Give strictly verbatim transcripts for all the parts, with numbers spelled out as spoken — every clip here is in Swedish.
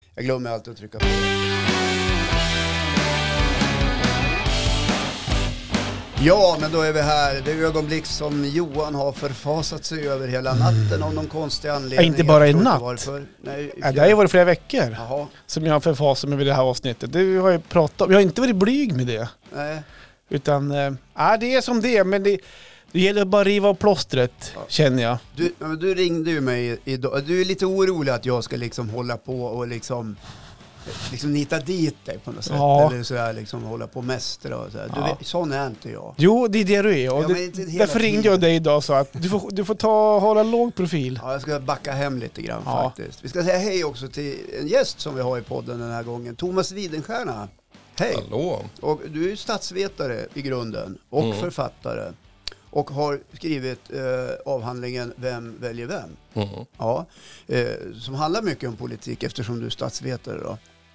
Jag glömmer alltid att trycka på. Ja, men då är vi här. Det är ögonblick som Johan har förfasat sig över hela natten av någon konstig anledning. Ja, inte bara i natt. Nej, ja, det har ju varit flera veckor. Jaha. Som jag har förfasat mig vid det här avsnittet. Det har jag pratat om. Jag har inte varit blyg med det. Nej. Utan, äh, det är som det är, men det, det gäller bara riva av plåstret, ja. Känner jag. Du, du ringde ju mig idag. Du är lite orolig att jag ska liksom hålla på och liksom... liksom nita dit dig på något sätt. Ja. Eller sådär liksom hålla på mästra och sådär. Du ja. vet, sån är inte jag. Jo, det är det du är. Och ja, det, därför ringde jag dig idag och sa att du får, du får ta hålla låg profil. Ja, jag ska backa hem lite grann ja. faktiskt. Vi ska säga hej också till en gäst som vi har i podden den här gången. Thomas Widenstjärna. Hej. Hallå. Och du är ju statsvetare i grunden och mm. författare. Och har skrivit eh, avhandlingen Vem väljer vem? Mm. Ja, eh, som handlar mycket om politik eftersom du är statsvetare då.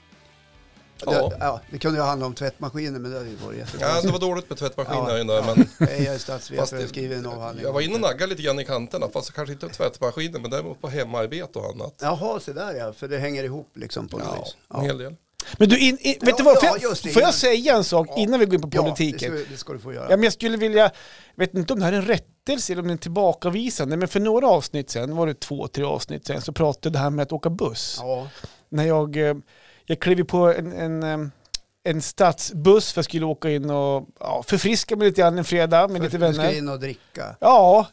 Ja. Det, ja, det kunde ju handla om tvättmaskiner, men det var jättebra. Ja, det var dåligt med tvättmaskiner. Ja, ja. Men jag är statsvetare och skriver en avhandling. Jag var inne och naggade lite grann i kanterna, fast kanske inte tvättmaskiner, men däremot på hemarbete och annat. Jaha, så där ja, för det hänger ihop liksom på något ja, vis. Ja, en hel del. Men du, in, in, vet ja, du vad, får, ja, får jag säga en sak ja. innan vi går in på politiken? Ja, det ska, det ska du få göra. Ja, men jag skulle vilja, vet inte om det här är en rättelse eller om det är en tillbakavisande, men för några avsnitt sen, var det två, tre avsnitt sen, så pratade det här med att åka buss. Ja. När jag, jag klev på en, en, en stadsbuss för att jag skulle åka in och ja, förfriska mig lite grann en fredag med för lite vänner. Du ska in och dricka? Ja,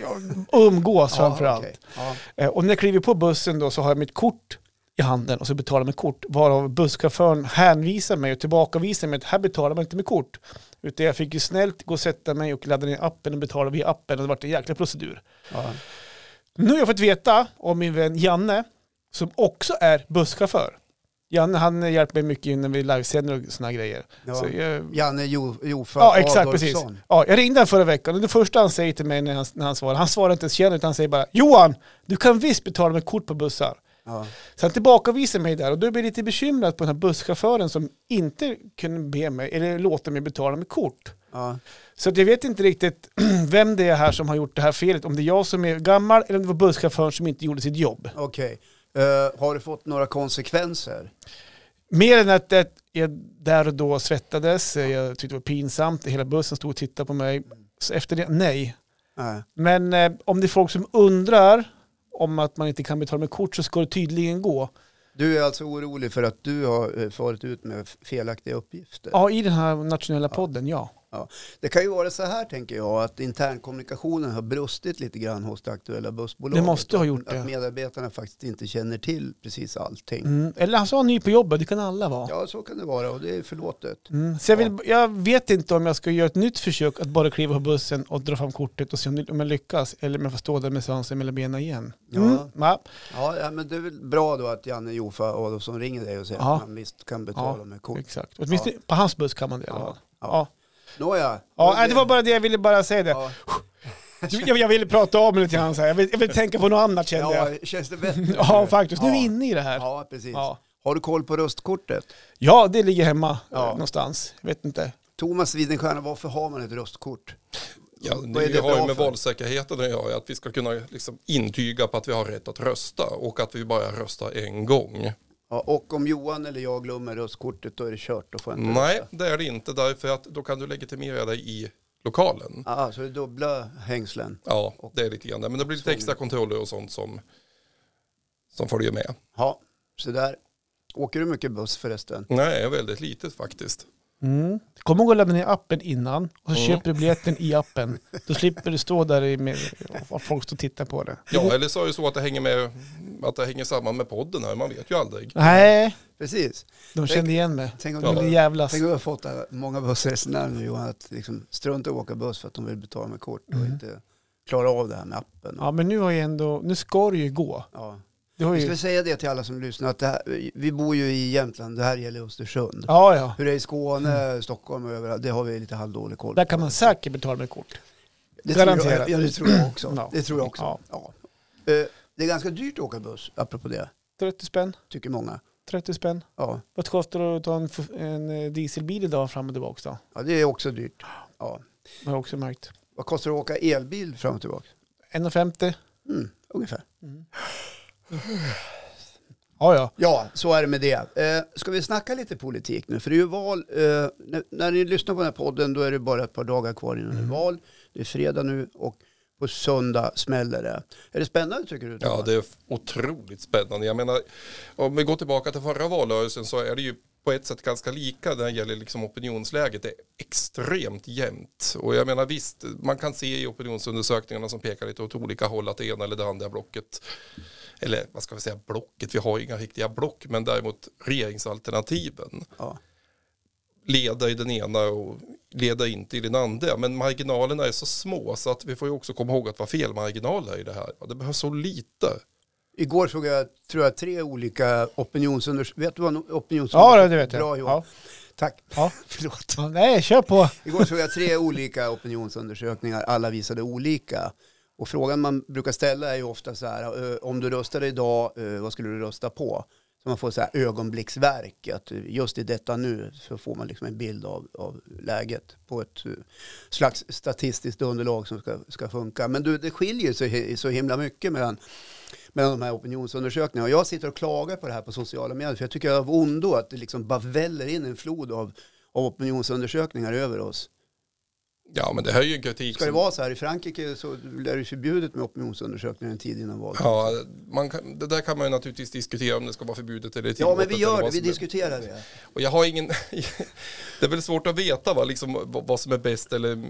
umgås ja, framförallt. Okay. Ja. Och när jag kliver på bussen då så har jag mitt kort i handen och så betalar med kort, varav busschauffören hänvisar mig och tillbakavisar mig att här betalar man inte med kort. Utan jag fick ju snällt gå och sätta mig och ladda ner appen och betala via appen, och det var en jäkla procedur. Ja. Nu har jag fått veta om min vän Janne, som också är busschaufför. Janne, han hjälper mig mycket när vi livesänder och såna grejer. Ja. Så jag... Janne jo, Jofa Ja, exakt, Adolfsson. Precis. Ja, jag ringde han förra veckan och det första han säger till mig när han, när han svarar, han svarar inte ens tjänare utan han säger bara: Johan, du kan visst betala med kort på bussar. Ja. Så han tillbakavisar mig där och då blir jag lite bekymrad på den här busschauffören som inte kunde be mig eller låta mig betala med kort. Ja. Så att jag vet inte riktigt vem det är här som har gjort det här felet. Om det är jag som är gammal eller om det var busschauffören som inte gjorde sitt jobb. Okej. Okay. Uh, har du fått några konsekvenser? Mer än att jag där och då svettades. Jag tyckte det var pinsamt. Hela bussen stod och tittade på mig. Så efter det, nej. Nej. Men eh, om det är folk som undrar om att man inte kan betala med kort så ska det tydligen gå. Du är alltså orolig för att du har farit ut med felaktiga uppgifter? Ja, i den här nationella podden, ja. Ja. Det kan ju vara så här, tänker jag, att internkommunikationen har brustit lite grann hos det aktuella bussbolaget. Det måste ha gjort det. Att medarbetarna faktiskt inte känner till precis allting. Mm. Eller han sa ny på jobbet, det kan alla vara. Ja, så kan det vara och det är förlåtet. Mm. Så jag, vill, jag vet inte om jag ska göra ett nytt försök att bara kliva på bussen och dra fram kortet och se om jag lyckas. Eller om jag får stå där med svansen mellan benen igen. Mm. Ja. Ja. Ja, men det är väl bra då att Janne Jofa Adolfsson ringer dig och säger ja. att man visst kan betala ja. med kort. Exakt. Åtminstone ja. på hans buss kan man det. Ja. Ja. Ja. Nåja. Ja, det... det var bara det jag ville bara säga det. Ja. Jag, jag ville prata om lite grann så här. Jag vill, jag vill tänka på något annat, kände ja, jag. Känns det bättre? Ja, faktiskt. Nu ja. är vi inne i det här. Ja, precis. Ja. Har du koll på röstkortet? Ja, det ligger hemma ja. någonstans. Jag vet inte. Thomas Widenstjärna, varför har man ett röstkort? Ja, det, det har ju med valsäkerheten att göra, att vi ska kunna liksom intyga på att vi har rätt att rösta och att vi bara röstar en gång. Ja, och om Johan eller jag glömmer röstkortet, då är det kört. Då får jag inte Nej, rösta. det är det inte, därför att då kan du legitimera dig i lokalen. Ja, så det är dubbla hängslen. Ja, det är lite grann det. Men det blir lite extra kontroller och sånt som, som följer med. Ja, så där. Åker du mycket buss förresten? Nej, väldigt litet faktiskt. Mm. Kom ihåg att ladda ner appen innan och så mm. köper du biljetten i appen. Då slipper du stå där med och folk står och tittar på det. Ja, eller så är det så att det hänger med, att det hänger samman med podden här. Man vet ju aldrig. Nej, precis. De kände igen mig. Tänk om ja. du jävlas. Tänk om du har fått många bussresenärer nu, Johan, att liksom strunta att åka buss för att de vill betala med kort och mm. inte klara av det här med appen. Ja, men nu har jag ändå, nu ska det ju gå. Ja. Det har ju... Vi ska säga det till alla som lyssnar, att det här, vi bor ju i Jämtland, det här gäller Östersund. Ja, ja. Hur det är i Skåne, mm. Stockholm och överallt, det har vi lite halvdålig koll på. Där kan man säkert betala med kort. Det Garanterat. Tror jag, ja, det tror jag också. No. Det tror jag också. Ja. Ja. Det är ganska dyrt att åka buss, apropå det. trettio spänn. Tycker många. trettio spänn. Ja. Vad kostar det att ta en, en dieselbil idag fram och tillbaka då? Ja, det är också dyrt. Ja. Jag har också märkt. Vad kostar det att åka elbil fram och tillbaka? en femtio. Mm, ungefär. Mm. Ja, ja. Ja, så är det med det. Eh, ska vi snacka lite politik nu? För det är ju val. Eh, när, när ni lyssnar på den här podden då är det bara ett par dagar kvar innan mm. det är val. Det är fredag nu och på söndag smäller det. Är det spännande tycker du? Ja, det är otroligt spännande. Jag menar, om vi går tillbaka till förra valrörelsen så är det ju på ett sätt ganska lika när det gäller liksom opinionsläget. Det är extremt jämnt. Och jag menar visst, man kan se i opinionsundersökningarna som pekar lite åt olika håll att det ena eller det andra blocket, eller vad ska vi säga blocket, vi har inga riktiga block, men däremot regeringsalternativen ja. leder i den ena och leder inte i den andra. Men marginalerna är så små så att vi får ju också komma ihåg att vad fel marginaler i det här. Det behövs så lite. Igår såg jag, tror jag, tre olika opinionsundersökningar. Vet du vad opinionsundersökningar? Ja, det vet jag. Bra, Johan. Ja. Tack. Ja. Förlåt. Ja, nej, kör på. Igår såg jag tre olika opinionsundersökningar. Alla visade olika. Och frågan man brukar ställa är ju ofta så här, om du röstade idag, vad skulle du rösta på? Så man får så här ögonblicksverk, att just i detta nu så får man liksom en bild av, av läget på ett slags statistiskt underlag som ska, ska funka. Men du, det skiljer sig så himla mycket mellan, mellan de här opinionsundersökningarna. Och jag sitter och klagar på det här på sociala medier, för jag tycker jag är av ondo att det liksom bara väller in en flod av, av opinionsundersökningar över oss. Ja, men det här är ju en kritik. Ska det vara så här? I Frankrike så är det förbjudet med opinionsundersökningar en tid innan valet. Ja, man kan, det där kan man ju naturligtvis diskutera om det ska vara förbjudet eller tillåtet. Ja, men vi gör det. Vi diskuterar det. Och jag har ingen... det är väl svårt att veta va, liksom, vad som är bäst eller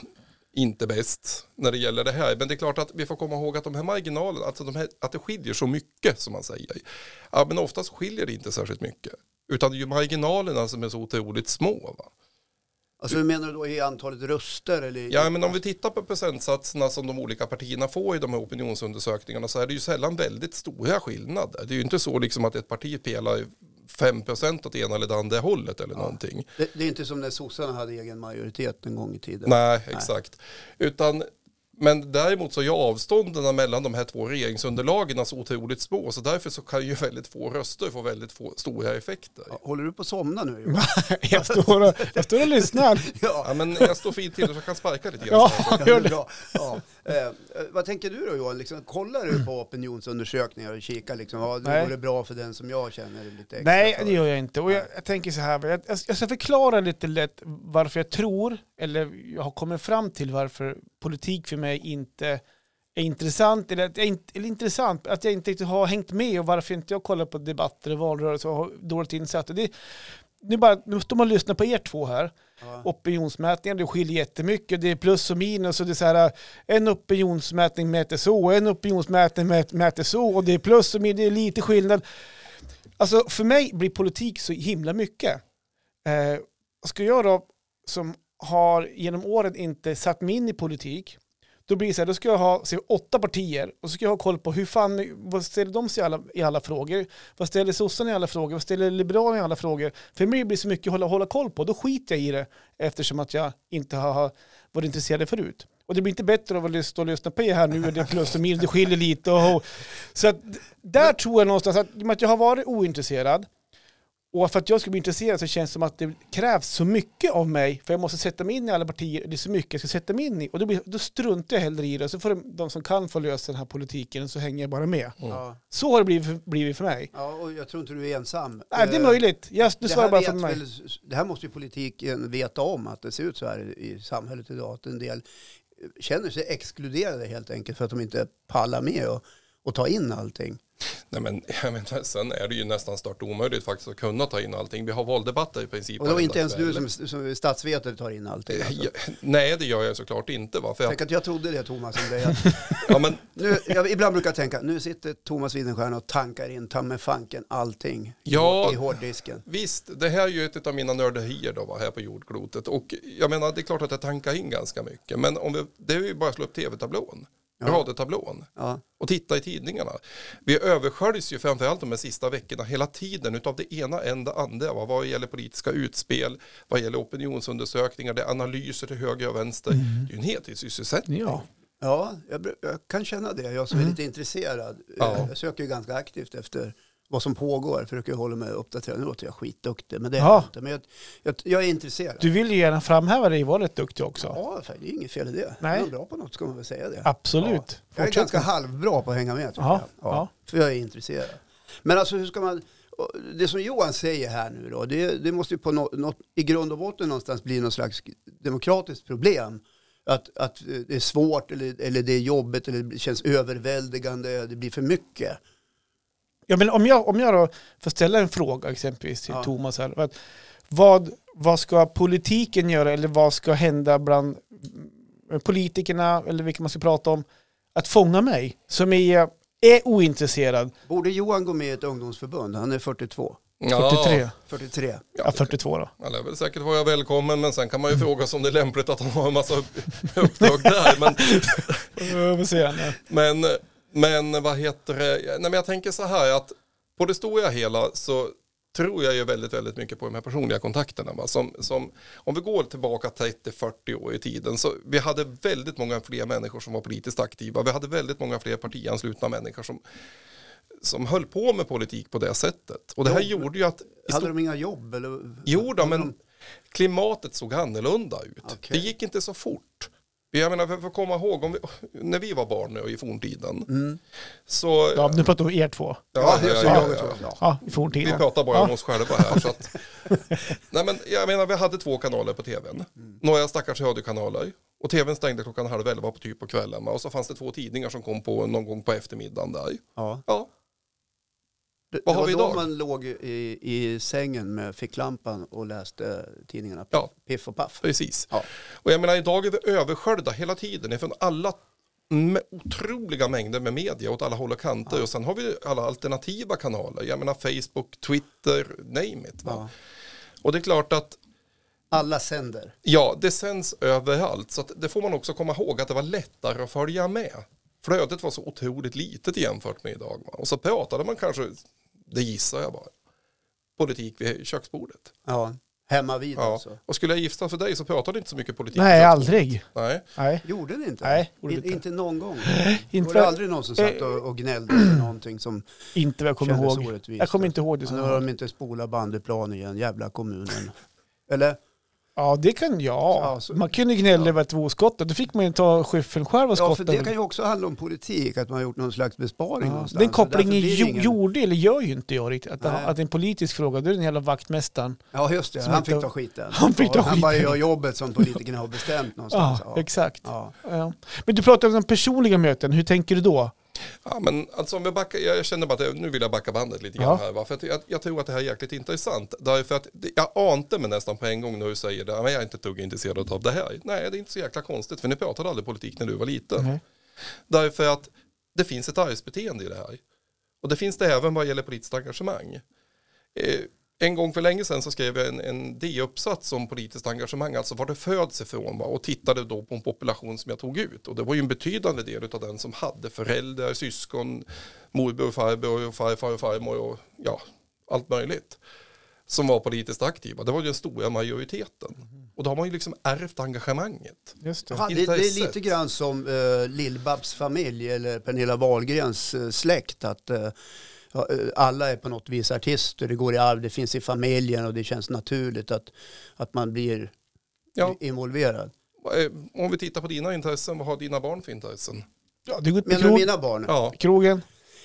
inte bäst när det gäller det här. Men det är klart att vi får komma ihåg att de här marginalerna, alltså de här, att det skiljer så mycket som man säger. Ja, men oftast skiljer det inte särskilt mycket. Utan det är ju marginalerna som är så otroligt små va. Alltså hur menar du då i antalet röster? Eller? Ja, men om vi tittar på procentsatserna som de olika partierna får i de här opinionsundersökningarna så är det ju sällan väldigt stora skillnader. Det är ju inte så liksom att ett parti pelar fem procent åt ena eller det andra hållet eller ja. någonting. Det, det är inte som när sossarna hade egen majoritet en gång i tiden. Nej, Nej. exakt. Utan... Men däremot så är avstånden mellan de här två regeringsunderlagen så otroligt små. Så därför så kan ju väldigt få röster få väldigt få stora effekter. Ja, håller du på att somna nu? jag, står och, jag står och lyssnar. Ja. ja, men jag står fint till så jag kan sparka lite grann. Ja, gör det. Bra. Ja. Eh, vad tänker du då Johan? Liksom, kollar du på opinionsundersökningar och kikar liksom, ja, det går det bra för den som jag känner lite extra? Nej, det gör jag inte. Och jag, jag tänker så här, jag, jag ska förklara lite lätt varför jag tror, eller jag har kommit fram till varför politik för mig inte är intressant eller, att jag inte, eller intressant att jag inte riktigt har hängt med och varför inte jag kollar på debatter och valrörelser och har dåligt insatt. Och det, nu, bara, nu står man och lyssnar på er två här. Ja. Opinionsmätningar, det skiljer jättemycket. Det är plus och minus och det är så här, en opinionsmätning mäter så, en opinionsmätning mäter så och det är plus och minus, det är lite skillnad. Alltså för mig blir politik så himla mycket. Eh, ska jag då som har genom åren inte satt mig in i politik, då blir det så här, då ska jag ha se, åtta partier och så ska jag ha koll på hur fan, vad ställer de sig i alla, i alla frågor? Vad ställer sossarna i alla frågor? Vad ställer liberalerna i alla frågor? För mig blir det så mycket att hålla, hålla koll på. Då skiter jag i det eftersom att jag inte har varit intresserad förut. Och det blir inte bättre av att stå och lyssna på er här nu. Det är plus och minus, det skiljer lite. Och, så att, där tror jag någonstans att, att jag har varit ointresserad. Och för att jag ska bli intresserad så känns det som att det krävs så mycket av mig. För jag måste sätta mig in i alla partier. Det är så mycket jag ska sätta mig in i. Och då, blir, då struntar jag hellre i det. Så får de, de som kan få lösa den här politiken så hänger jag bara med. Mm. Ja. Så har det blivit, blivit för mig. Ja, och jag tror inte du är ensam. Nej, det är möjligt. Jag, det, det, här bara för mig. Väl, det här måste ju politiken veta om. Att det ser ut så här i, i samhället idag. Att en del känner sig exkluderade helt enkelt. För att de inte pallar med och, och ta in allting. Nej, men, jag menar, sen är det ju nästan start omöjligt faktiskt att kunna ta in allting. Vi har valdebatter i princip. Och då inte ens du som, som statsvetare tar in allting? Alltså. Ja, nej, det gör jag såklart inte. Va? För Tänk att jag trodde det, Thomas. Om det. ja, men... nu, jag, ibland brukar jag tänka, nu sitter Thomas Widenstjärna och tankar in, ta med fanken allting ja, i hårddisken. Visst, det här är ju ett av mina nörderier då, va, här på jordklotet. Och jag menar, det är klart att jag tankar in ganska mycket. Men om vi, det är ju bara att slå upp tv-tablån. Ja. Radiotablån ja. Och titta i tidningarna. Vi översköljs ju framförallt de här sista veckorna hela tiden utav det ena enda andra. Va? Vad gäller politiska utspel, vad gäller opinionsundersökningar, det är analyser till höger och vänster. Mm. Det är ju en heltidssysselsättning. Ja, ja jag, jag kan känna det. Jag som mm. är lite intresserad. Ja. Jag söker ju ganska aktivt efter vad som pågår. Jag försöker hålla mig uppdaterad. Nu låter jag skitduktig, men det är ja. inte. Men jag, jag, jag är intresserad. Du vill ju gärna framhäva dig vara rätt duktig också. Ja, det är inget fel i det. Nej. Jag är bra på något, ska man väl säga det. Absolut. Ja. Jag är ganska halvbra på att hänga med, tycker jag. Ja. Ja. För jag är intresserad. Men alltså hur ska man, det som Johan säger här nu då, det, det måste ju på något, något, i grund och botten någonstans bli någon slags demokratiskt problem. Att, att det är svårt eller, eller det är jobbigt eller det känns överväldigande, det blir för mycket. Ja, men om jag, om jag då får ställa en fråga exempelvis till ja. Thomas här. Att vad, vad ska politiken göra eller vad ska hända bland politikerna eller vilka man ska prata om att fånga mig som är, är ointresserad? Borde Johan gå med i ett ungdomsförbund? Han är fyrtiotvå. Ja, fyrtiotre. fyrtiotre. Ja, fyrtiotvå då. Han är väl säkert vara välkommen, men sen kan man ju fråga sig om det är lämpligt att han har en massa uppdrag där. Men, Jag får se henne. men, men vad heter det? Nej, men jag tänker så här att på det stora hela så tror jag ju väldigt, väldigt mycket på de här personliga kontakterna. Va? Som, som, om vi går tillbaka trettio till fyrtio år i tiden så vi hade väldigt många fler människor som var politiskt aktiva. Vi hade väldigt många fler partianslutna människor som som höll på med politik på det sättet. Och det här jobb. gjorde ju att... Hade de inga jobb? Eller? Jo då, men de... klimatet såg annorlunda ut. Okay. Det gick inte så fort. Jag menar, för att komma ihåg, om vi, när vi var barn nu i forntiden. Mm. Så, ja, nu pratar vi er två. Ja, ja, ja, ja, ja, ja. ja i forntiden. Vi pratar bara ja. om oss själva här. Så att, nej, men jag menar, vi hade två kanaler på tvn. Mm. Några stackars radiokanaler. Och tvn stängde klockan halv elva på typ på kvällen. Och så fanns det två tidningar som kom på någon gång på eftermiddagen där. Ja. Ja. Det, Vad det har vi var då idag? man låg i, i sängen med ficklampan och läste tidningarna Piff, Ja. Piff och Paff. Precis. Ja. Och jag menar, idag är vi översköljda hela tiden från alla m- otroliga mängder med media åt alla håll och kanter. Ja. Och sen har vi alla alternativa kanaler. Jag menar Facebook, Twitter, name it. Va? Ja. Och det är klart att alla sänder. ja, det sänds överallt. Så att det får man också komma ihåg att det var lättare att följa med. Flödet var så otroligt litet jämfört med idag. Va? Och så pratade man kanske, det gissar jag bara, politik vid köksbordet. Ja, hemma vid Ja. alltså. Och skulle jag gifta för dig så pratade du inte så mycket politik. Nej, aldrig. Nej. Nej. Gjorde det inte? Nej, In, inte. inte någon gång. Inte Var det aldrig någon som satt och, och gnällde eller någonting som inte vad jag kommer kändes ihåg. orättvist? Jag kommer inte ihåg det. Nu har de inte spolat bandyplan i en jävla kommunen. Eller? Ja, det kan jag. Ja, så- man kunde gnälla ja. över att det var oskottat. Då fick man ju ta skyffeln själv och Ja, skotta. för det kan ju också handla om politik, att man har gjort någon slags besparing Ja. någonstans. Den Så kopplingen därför blir det jo, ingen- gjorde, eller gör ju inte jag riktigt. Att, det, Nej. att det är en politisk fråga, då är den hela vaktmästaren. Ja, just det. Som Han inte- fick ta skiten. Han fick ta Ja, Han bara skiten. gör jobbet som politikerna har bestämt någonstans. Ja, Ja. exakt. Ja. Ja. Men du pratar om de personliga möten, hur tänker du då? Ja, men alltså om vi backar, jag känner bara att jag, nu vill jag backa bandet lite grann Ja. här. Va? För att jag, jag tror att det här är jäkligt intressant. Därför att det, jag ante mig nästan på en gång när du säger det. Men jag är inte ett dugg intresserad av det här. Nej, det är inte så jäkla konstigt. För ni pratade aldrig politik när du var liten. Nej. Därför att det finns ett arvsbeteende i det här. Och det finns det även vad gäller politiskt engagemang. Eh, en gång för länge sedan så skrev jag en, en D-uppsats om politiskt engagemang, alltså var det föds ifrån, va? Och tittade då på en population som jag tog ut. Och det var ju en betydande del av den som hade föräldrar, syskon, morbror, farbror, farfar och farmor och ja, allt möjligt. Som var politiskt aktiva. Det var ju den stora majoriteten. Och då har man ju liksom ärvt engagemanget. Just det. Ja, det, det är Intresset. lite grann som uh, Lill-Babs familj eller Pernilla Wahlgrens uh, släkt. Att uh, ja, uh, alla är på något vis artister. Det går i arv, det finns i familjen och det känns naturligt att, att man blir Ja. involverad. Eh, Om vi tittar på dina intressen, vad har dina barn för intressen? Ja, det går ut på Menar du krog, mina barn? Ja, krogen.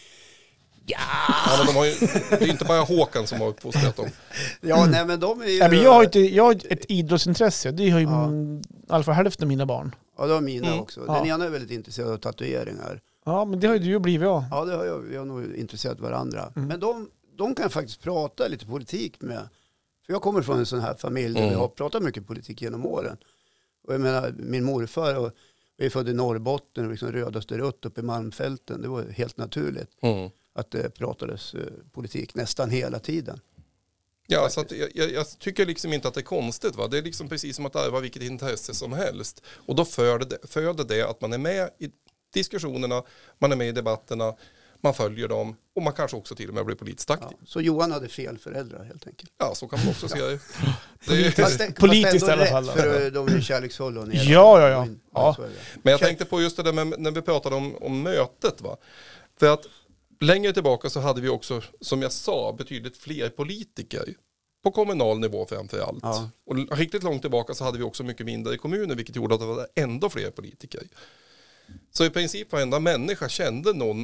ja men de har ju, det är inte bara Håkan som har uppfostrat dem. Ja, nej men de är ju... Ja, men jag har inte, jag har ett idrottsintresse. Det har ju Ja. mm, i alla fall hälften av mina barn. Ja, de är mina Mm. också. Den Ja. ena är väldigt intresserad av tatueringar. Ja, men det har ju du blivit, ja. Ja, det har jag. Vi har nog intresserat varandra. Mm. Men de, de kan faktiskt prata lite politik med. För jag kommer från en sån här familj där Mm. vi har pratat mycket politik genom åren. Och jag menar, min morfar och jag är född i Norrbotten och liksom rödaste rött uppe i Malmfälten. Det var helt naturligt Mm. att det pratades eh, politik nästan hela tiden. Ja, så att jag, jag, jag tycker liksom inte att det är konstigt. Va? Det är liksom precis som att ärva vilket intresse som helst. Och då föder det, föder det att man är med i diskussionerna, man är med i debatterna, man följer dem och man kanske också till och med blir politiskt aktiv. Ja. Så Johan hade fel föräldrar helt enkelt. Ja, så kan man också se det. det är, Fast det- Politiskt fast ändå i alla fall, rätt, för de är kärleksfulla och nere. Ja, ja, ja. Ja. så är det. men jag tänkte på just det där med, när vi pratade om, om mötet. Va? För att längre tillbaka så hade vi också, som jag sa, betydligt fler politiker. På kommunal nivå framför allt. Ja. Och riktigt långt tillbaka så hade vi också mycket mindre i kommunen, vilket gjorde att det var ändå fler politiker. Så i princip varenda människa kände någon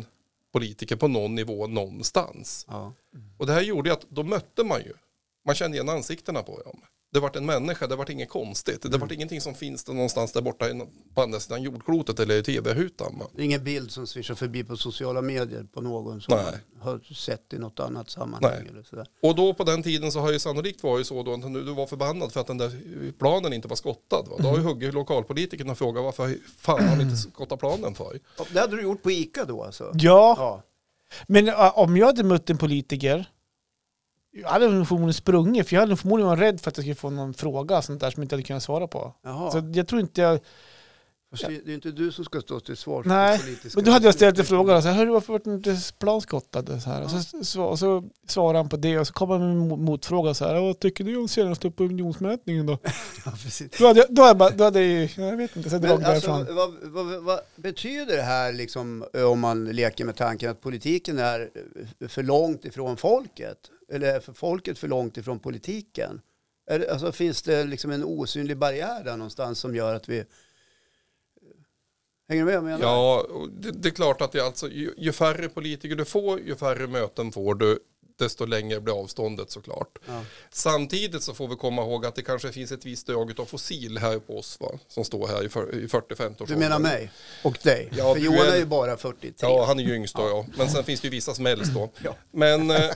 politiker på någon nivå någonstans. Ja. Och det här gjorde att då mötte man ju. Man kände igen ansiktena på dem. Det var en människa, det var inget konstigt. Det var ingenting som finns det någonstans där borta på andra sidan jordklotet eller i tv-rutan. Ingen bild som svischar förbi på sociala medier på någon som Nej. man har sett i något annat sammanhang. Nej. Eller sådär. Och då på den tiden så har ju sannolikt varit så då att du var förbannad för att den där planen inte var skottad. Va? Då har ju huggit lokalpolitikerna och frågat varför fan har ni inte skottat planen för? Det hade du gjort på ICA då alltså? Ja, Ja. men uh, om jag hade mött en politiker, jag hade nog förmodligen sprungit, för jag hade nog förmodligen varit rädd för att jag skulle få någon fråga sånt där som jag inte hade kunnat svara på. Jaha. Så jag tror inte jag... Fast det det är inte du som ska stå till svars Nej, för politiska men då hade jag ställt en beslut. fråga så här, hur varför var det inte planskottade? Så här. Och så, så, och så svarade han på det och så kom han med en mo- motfråga så här, vad tycker du om senaste opinionsmätningen då? Ja, precis. Då hade jag, då hade jag, bara, då hade jag, jag vet inte, så jag drog Men alltså, därifrån. vad, vad, vad betyder det här liksom, om man leker med tanken att politiken är för långt ifrån folket? Eller är för folket för långt ifrån politiken? Är det, alltså, finns det liksom en osynlig barriär där någonstans som gör att vi... Hänger du med vad jag menar? Ja, och det, det är klart att det är alltså, ju, ju färre politiker du får, ju färre möten får du, desto längre blir avståndet såklart. Ja. Samtidigt så får vi komma ihåg att det kanske finns ett visst drag av fossil här på oss, va? Som står här i, för, i fyrtio femtio års Du menar ålder. mig och dig? Ja, för du Johan är- är ju bara fyrtiotre. Ja, han är ju yngst då, ja. Men sen finns det ju vissa som äldst då. Ja. Men eh,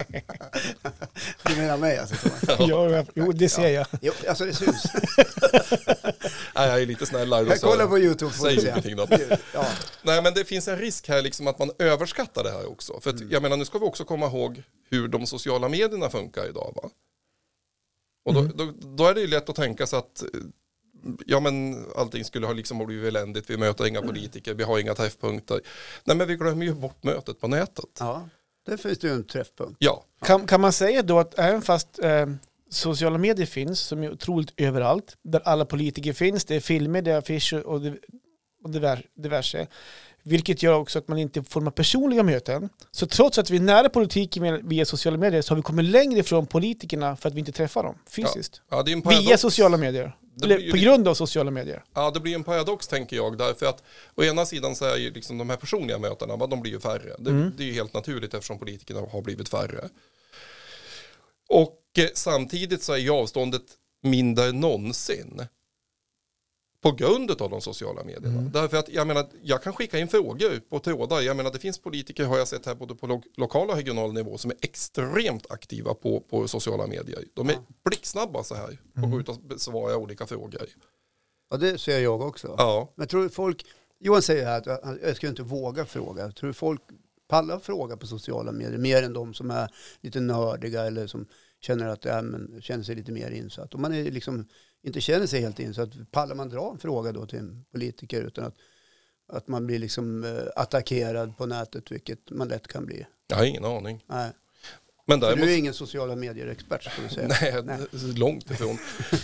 Du menar mig alltså? Thomas? Ja, jag- jo, det ser jag. Jo, alltså det syns. nej, jag är lite snällare. då, Jag så kollar på YouTube. får Säg du se. ingenting då. Ja. Nej, men det finns en risk här liksom att man överskattar det här också. För att, jag menar, nu ska vi också komma ihåg hur de sociala medierna funkar idag, va? Och då, Mm. då, då är det ju lätt att tänka sig att ja, men allting skulle ha liksom blivit eländigt. Vi möter inga politiker, vi har inga träffpunkter. Nej, men vi glömmer ju bort mötet på nätet. Ja, där finns det ju en träffpunkt. Ja, Kan, kan man säga då att även fast eh, sociala medier finns, som är otroligt överallt, där alla politiker finns, det är filmer, det är affischer och, det, och diver, diverse, vilket gör också att man inte formar personliga möten. Så trots att vi är nära politiken via sociala medier så har vi kommit längre ifrån politikerna för att vi inte träffar dem fysiskt. ja, det är en paradox. Via sociala medier. Det Eller blir ju på lite- grund av sociala medier. Ja, det blir en paradox tänker jag. Därför att å ena sidan så är ju liksom de här personliga mötena, va, de blir ju färre. Det, Mm. det är ju helt naturligt eftersom politikerna har blivit färre. Och eh, samtidigt så är ju avståndet mindre än någonsin. På grund av de sociala medierna. Mm. Därför att jag menar, jag kan skicka in frågor på trådar. Jag menar, det finns politiker har jag sett här både på lo- lokala och regional nivå som är extremt aktiva på, på sociala medier. De är Ja. blixtsnabba så här och gå ut och besvara olika frågor. Ja, det ser jag också. Ja. Men tror du folk... Johan säger här att han- jag ska inte våga fråga. Tror du folk pallar fråga på sociala medier mer än de som är lite nördiga eller som känner, att, ja, men, känner sig lite mer insatt? Om man är liksom, inte känner sig helt insatt, pallar man dra en fråga då till en politiker utan att, att man blir liksom eh, attackerad på nätet, vilket man lätt kan bli? Jag har ingen aning. Nej. Men För däremot... du är ingen sociala medier-expert, skulle du säga. Nej, Nej. långt ifrån.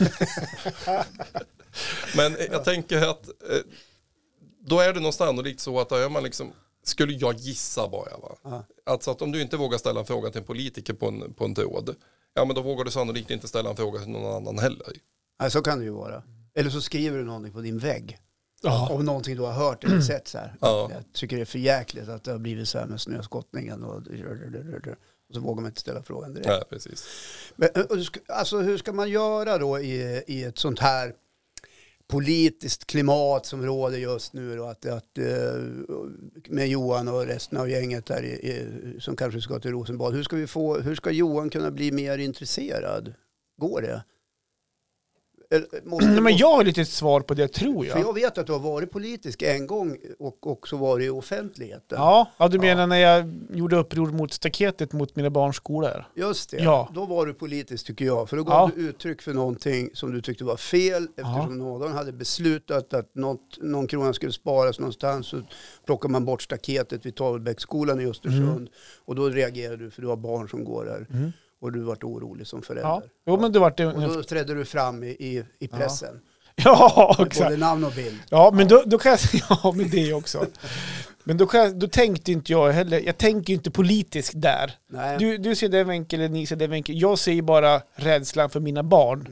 Men jag tänker att eh, då är det nog sannolikt så att då är man liksom, skulle jag gissa bara, va? Ja. Alltså att om du inte vågar ställa en fråga till en politiker på en, på en tråd, ja men då vågar du sannolikt inte ställa en fråga till någon annan heller. Nej, så kan det ju vara. Eller så skriver du någonting på din vägg. Ja. Om någonting du har hört eller sett så här. Ja. Jag tycker det är för jäkligt att det har blivit så här med snöskottningen. Och, och så vågar man inte ställa frågan direkt. Nej, precis. Men, och du ska- alltså, hur ska man göra då i, i ett sånt här politiskt klimat som råder just nu då, att, att, eh, med Johan och resten av gänget där i, i, som kanske ska till Rosenbad. Hur ska, vi få, hur ska Johan kunna bli mer intresserad? Går det? Eller, måste, Nej, men jag har lite svar på det, tror För jag. jag vet att du har varit politisk en gång och också varit i offentligheten. Ja, ja, du menar Ja. när jag gjorde uppror mot staketet mot mina barns skolor? Just det. Ja. Då var du politisk tycker jag. För då gav Ja. du uttryck för någonting som du tyckte var fel. Eftersom någon hade beslutat att något, någon krona skulle sparas någonstans, så plockar man bort staketet vid Tavelbäcksskolan i Östersund. Mm. Och då reagerade du för du har barn som går där. Mm. Och du vart orolig som förälder. Ja, jo, men det var det. Och då trädde du fram i, i, i pressen. Ja, Med exakt. både namn och bild. Ja, men då, då kan jag ja, men det också. Men då, kan jag, då tänkte inte jag heller, jag tänker inte politiskt där. Nej. Du, du ser den vinkeln, ni ser den vinkeln. Jag ser bara rädslan för mina barn Mm.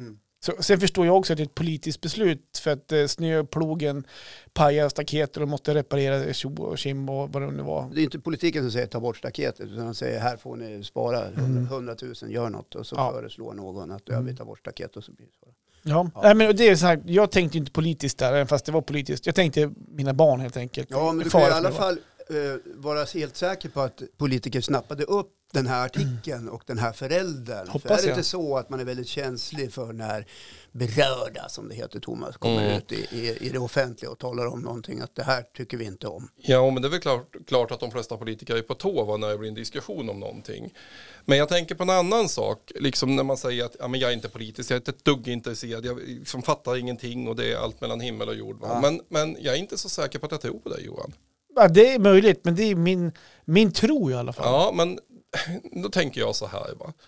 Så, sen förstår jag också att det är ett politiskt beslut för att eh, snöplogen pajar staketet och måste reparera tjo och kim och vad det nu var. Det är inte politiken som säger ta bort staketet, utan de säger här får ni spara hundratusen, gör något, och så Ja. föreslår någon att jag vill ta bort staketet och så blir det så. Ja, Ja. Nej, men det är så här, jag tänkte inte politiskt där, även fast det var politiskt. Jag tänkte mina barn helt enkelt. Ja, men du Fara kan i som alla det var. fall eh, vara helt säker på att politiker snappade upp den här artikeln och den här föräldern. Hoppas för är det jag. inte så att man är väldigt känslig för när berörda, som det heter, Thomas, kommer Mm. ut i, i, i det offentliga och talar om någonting, att det här tycker vi inte om. Ja, men det är väl klart, klart att de flesta politiker är på tå va, när det blir en diskussion om någonting. Men jag tänker på en annan sak, liksom när man säger att ja, men jag är inte politisk, jag är inte ett dugg intresserad, jag liksom fattar ingenting och det är allt mellan himmel och jord. Va? Ja. Men, men jag är inte så säker på att jag tror på det, Johan. Ja, det är möjligt, men det är min, min tro i alla fall. Ja, men då tänker jag så här. Va?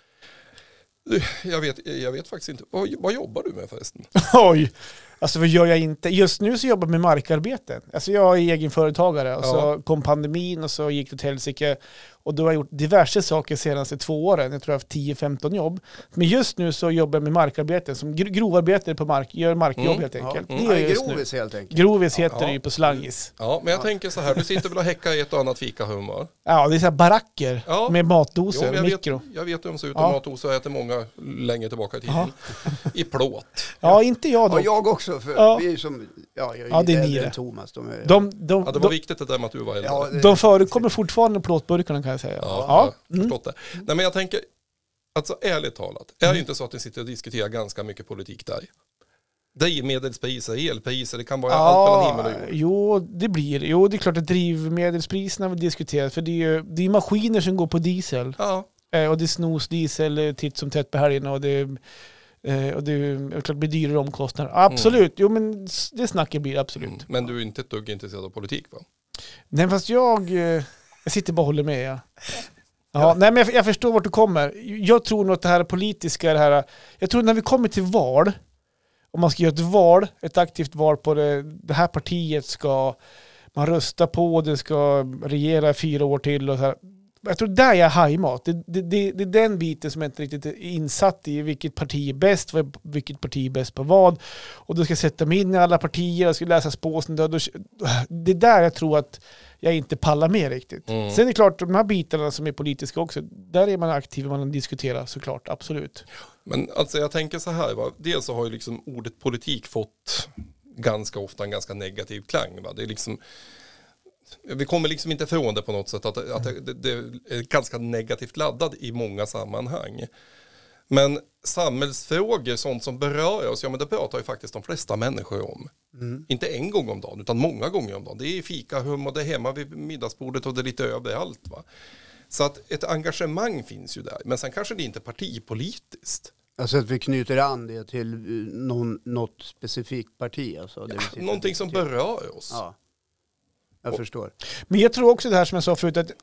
Jag, vet, jag vet faktiskt inte, vad, vad jobbar du med förresten? Oj, alltså vad gör jag inte? Just nu så jobbar jag med markarbeten. Alltså jag är egen företagare och Ja. så kom pandemin och så gick det till helsike. Och då har jag gjort diverse saker de senaste två åren. Jag tror jag har haft tio femton jobb. Men just nu så jobbar jag med markarbeten. Som gr- grovarbetare på mark, gör markjobb Mm. helt enkelt. Ja. Det gör Ja, jag just nu. grovis helt enkelt. Grovis heter Ja. det ju på slangis. Ja, men jag Ja. tänker så här, du sitter väl och häckar i ett och annat fikahummer? Ja, det är så här baracker Ja. med Jo, matdoser, men jag, vet, mikro. jag vet hur de ser ut, Ja. och matdoser äter många längre tillbaka i tiden. Jaha. I plåt. Ja, inte jag Ja, dock. jag också. För Ja. vi är som, ja, jag är Ja, det är äldre ni än det. Thomas. De, är, De, de, Ja, det var de, viktigt det där med att du var äldre. ja, det- de förekommer fortfarande i plåtburkarna kan jag säga. Ja, Ja. jag har förstått det. Nej, men jag tänker, alltså ärligt talat, är det inte så att ni sitter och diskuterar ganska mycket politik där? Drivmedelspriser, elpriser, det kan vara allt mellan himmel och jord. Jo, det blir Jo, det är klart att drivmedelspriserna vill diskuteras. För det är ju det är maskiner som går på diesel. Ja, Eh, och det snos diesel eh, titt som tätt på helgerna. Och det, eh, och det är klart blir dyrare omkostnader. Absolut, jo men s- det snacket blir absolut. mm. Men du är inte ett dugg intresserad av politik va? Nej, fast jag, eh, jag sitter bara och håller med. Ja. Ja, nej, men jag, jag förstår vart du kommer. Jag tror nog att det här politiska, det här, jag tror när vi kommer till val, om man ska göra ett val, ett aktivt val på det, det här partiet ska man rösta på, det ska regera fyra år till och så här. Jag tror där jag är hajmat. Det, det, det, det är den biten som jag inte riktigt är insatt i. Vilket parti är bäst, vad- vilket parti är bäst på vad. Och då ska jag sätta mig in i alla partier, jag ska läsa spåsen. Då, då, det är där jag tror att jag inte pallar med riktigt. Mm. Sen är det klart, de här bitarna som är politiska också, där är man aktiv och man diskuterar såklart, absolut. Men alltså jag tänker så här, va? Dels så har ju liksom ordet politik fått ganska ofta en ganska negativ klang. Va? Det är liksom, vi kommer liksom inte ifrån det på något sätt, att, att det, det är ganska negativt laddad i många sammanhang. Men samhällsfrågor, sånt som berör oss, ja men det pratar ju faktiskt de flesta människor om. Mm. Inte en gång om dagen, utan många gånger om dagen. Det är fikahum och det är hemma vid middagsbordet och det är lite överallt. Va? Så att ett engagemang finns ju där, men sen kanske det inte är partipolitiskt. Alltså att vi knyter an det till eh, någon, något specifikt parti. Alltså, det vi sitter och Någonting som diskuterar. berör oss. Ja, jag Och- förstår. Men jag tror också det här som jag sa förut, att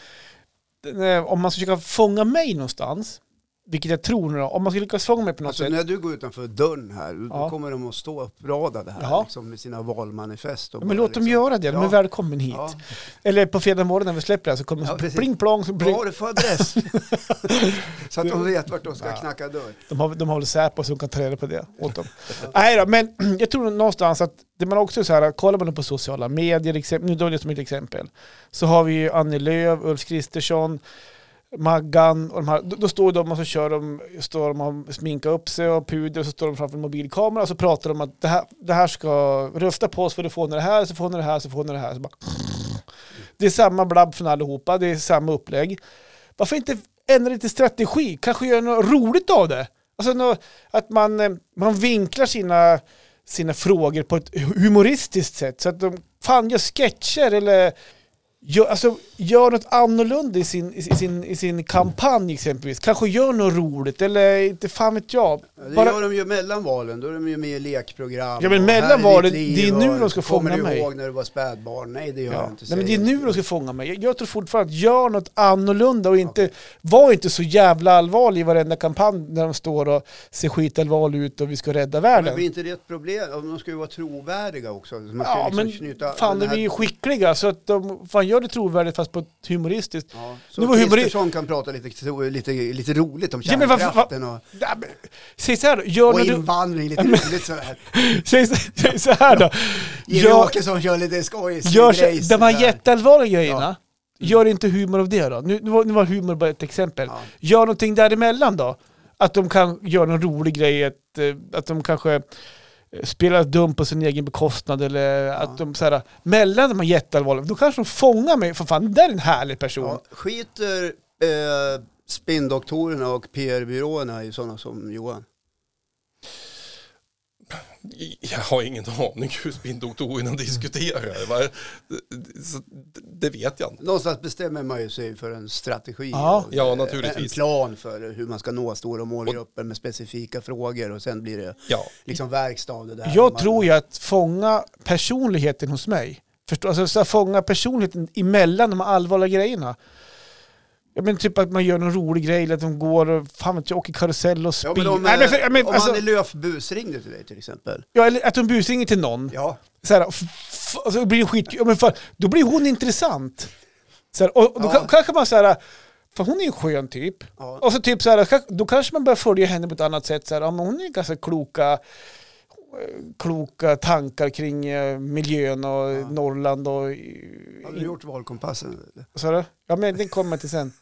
om man ska försöka fånga mig någonstans, vilket jag tror nu då, om man ska lyckas fånga mig på något Alltså sätt. när du går utanför dörren här, då Ja. kommer de att stå uppradade här Ja. liksom, med sina valmanifest. Och Men bara låt dem liksom, göra det, de är Ja. välkommen hit. Ja. Eller på fredag morgon när vi släpper det här så kommer Ja, ja, precis. pling plong. Så Vad pling. har du för adress? Så att de vet vart de ska Ja. knacka dörr. De har, de har väl Säpo som kan ta reda på det åt dem. Nej då, men jag tror någonstans att det man också är så här, kollar man på sociala medier, exempel, nu då är det som ett exempel, så har vi ju Annie Lööf, Ulf Kristersson, Maggan och de här, då, då står de och så kör de, står de och sminkar upp sig och puder och så står de framför en mobilkamera och så pratar de om att det här, det här ska rösta på oss för att få det här, så får ni det här, så får ni det här. Så bara, det är samma blabb från allihopa, det är samma upplägg. Varför inte ändra lite strategi? Kanske göra något roligt av det? Alltså nå- att man, eh, man vinklar sina, sina frågor på ett humoristiskt sätt så att de fan gör sketcher eller gör, alltså, gör något annorlunda i sin, i, sin, i sin kampanj exempelvis. Kanske gör något roligt eller inte fan vet jag. Ja, det Bara- gör de ju mellan valen, då är de ju med i lekprogram. Ja, men och mellan här är ditt valen, liv det är nu och de ska kommer fånga du mig. ihåg när du var spädbarn? Nej, det gör jag Ja. inte. Nej, men det är säger nu de ska fånga mig. Jag, jag tror fortfarande att gör något annorlunda och inte var inte så jävla allvarlig i varenda kampanj när de står och ser skitallvarlig ut och vi ska rädda Men världen. blir inte det ett problem? De ska ju vara trovärdiga också. Man ska Ja, liksom men knyta fan, den de är här- ju skickliga så att de fan gör det trovärdigt fast på ett humoristiskt. Ja, så nu var Kristersson humori- kan prata lite, lite, lite roligt om Ja, men vad- kärnkraften vad- och, Ja, men, säg så här då, gör och när du, invandring, lite roligt så här. säg, säg så här då. Jimmie Gör, Åkesson kör lite skoj. gör så, grejs de här där. jätteallvarliga grejerna, Ja. gör inte humor av det då. Nu, nu, var, nu var humor bara ett exempel. Ja. Gör någonting däremellan då. Att de kan göra någon rolig grej, att, eh, att de kanske eh, spelar dum på sin egen bekostnad eller att de så här, mellan de här jätteallvarliga, då kanske de fångar mig, för fan, det där är en härlig person. Ja, skiter eh, spindoktorerna och P R-byråerna i sådana som Johan? Jag har ingen aning hur spindoktorerna diskuterar. Va? Så det vet jag inte. Någonstans bestämmer man ju sig för en strategi. Ja. och, Ja, eh, naturligtvis. En plan för hur man ska nå stora målgrupper med specifika frågor och sen blir det Ja. liksom verkstad av det där. Jag Man- tror ju att fånga personligheten hos mig. Förstå, alltså så här, fånga personligheten emellan de här allvarliga grejerna. Jag menar typ att man gör någon rolig grej, eller att de går och fan vet jag, åker karusell och Ja, spyr. men om, Nej, men för- eh, jag men, om alltså, han är löfbus ringde till dig till exempel. ja, eller att de busringer till någon. Ja, Så här, f- f- alltså, blir det skit, ja, men fan, då blir hon intressant. Så här, och, och då Ja. kan, kanske man så här, för hon är en skön typ. ja. Och så typ så här, ka- då kanske man börjar följa henne på ett annat sätt. Så här, ja, men hon är ganska kloka, kloka tankar kring eh, miljön och Ja. Norrland och... Har du gjort valkompassen? Så det? Ja, men det kommer till sen.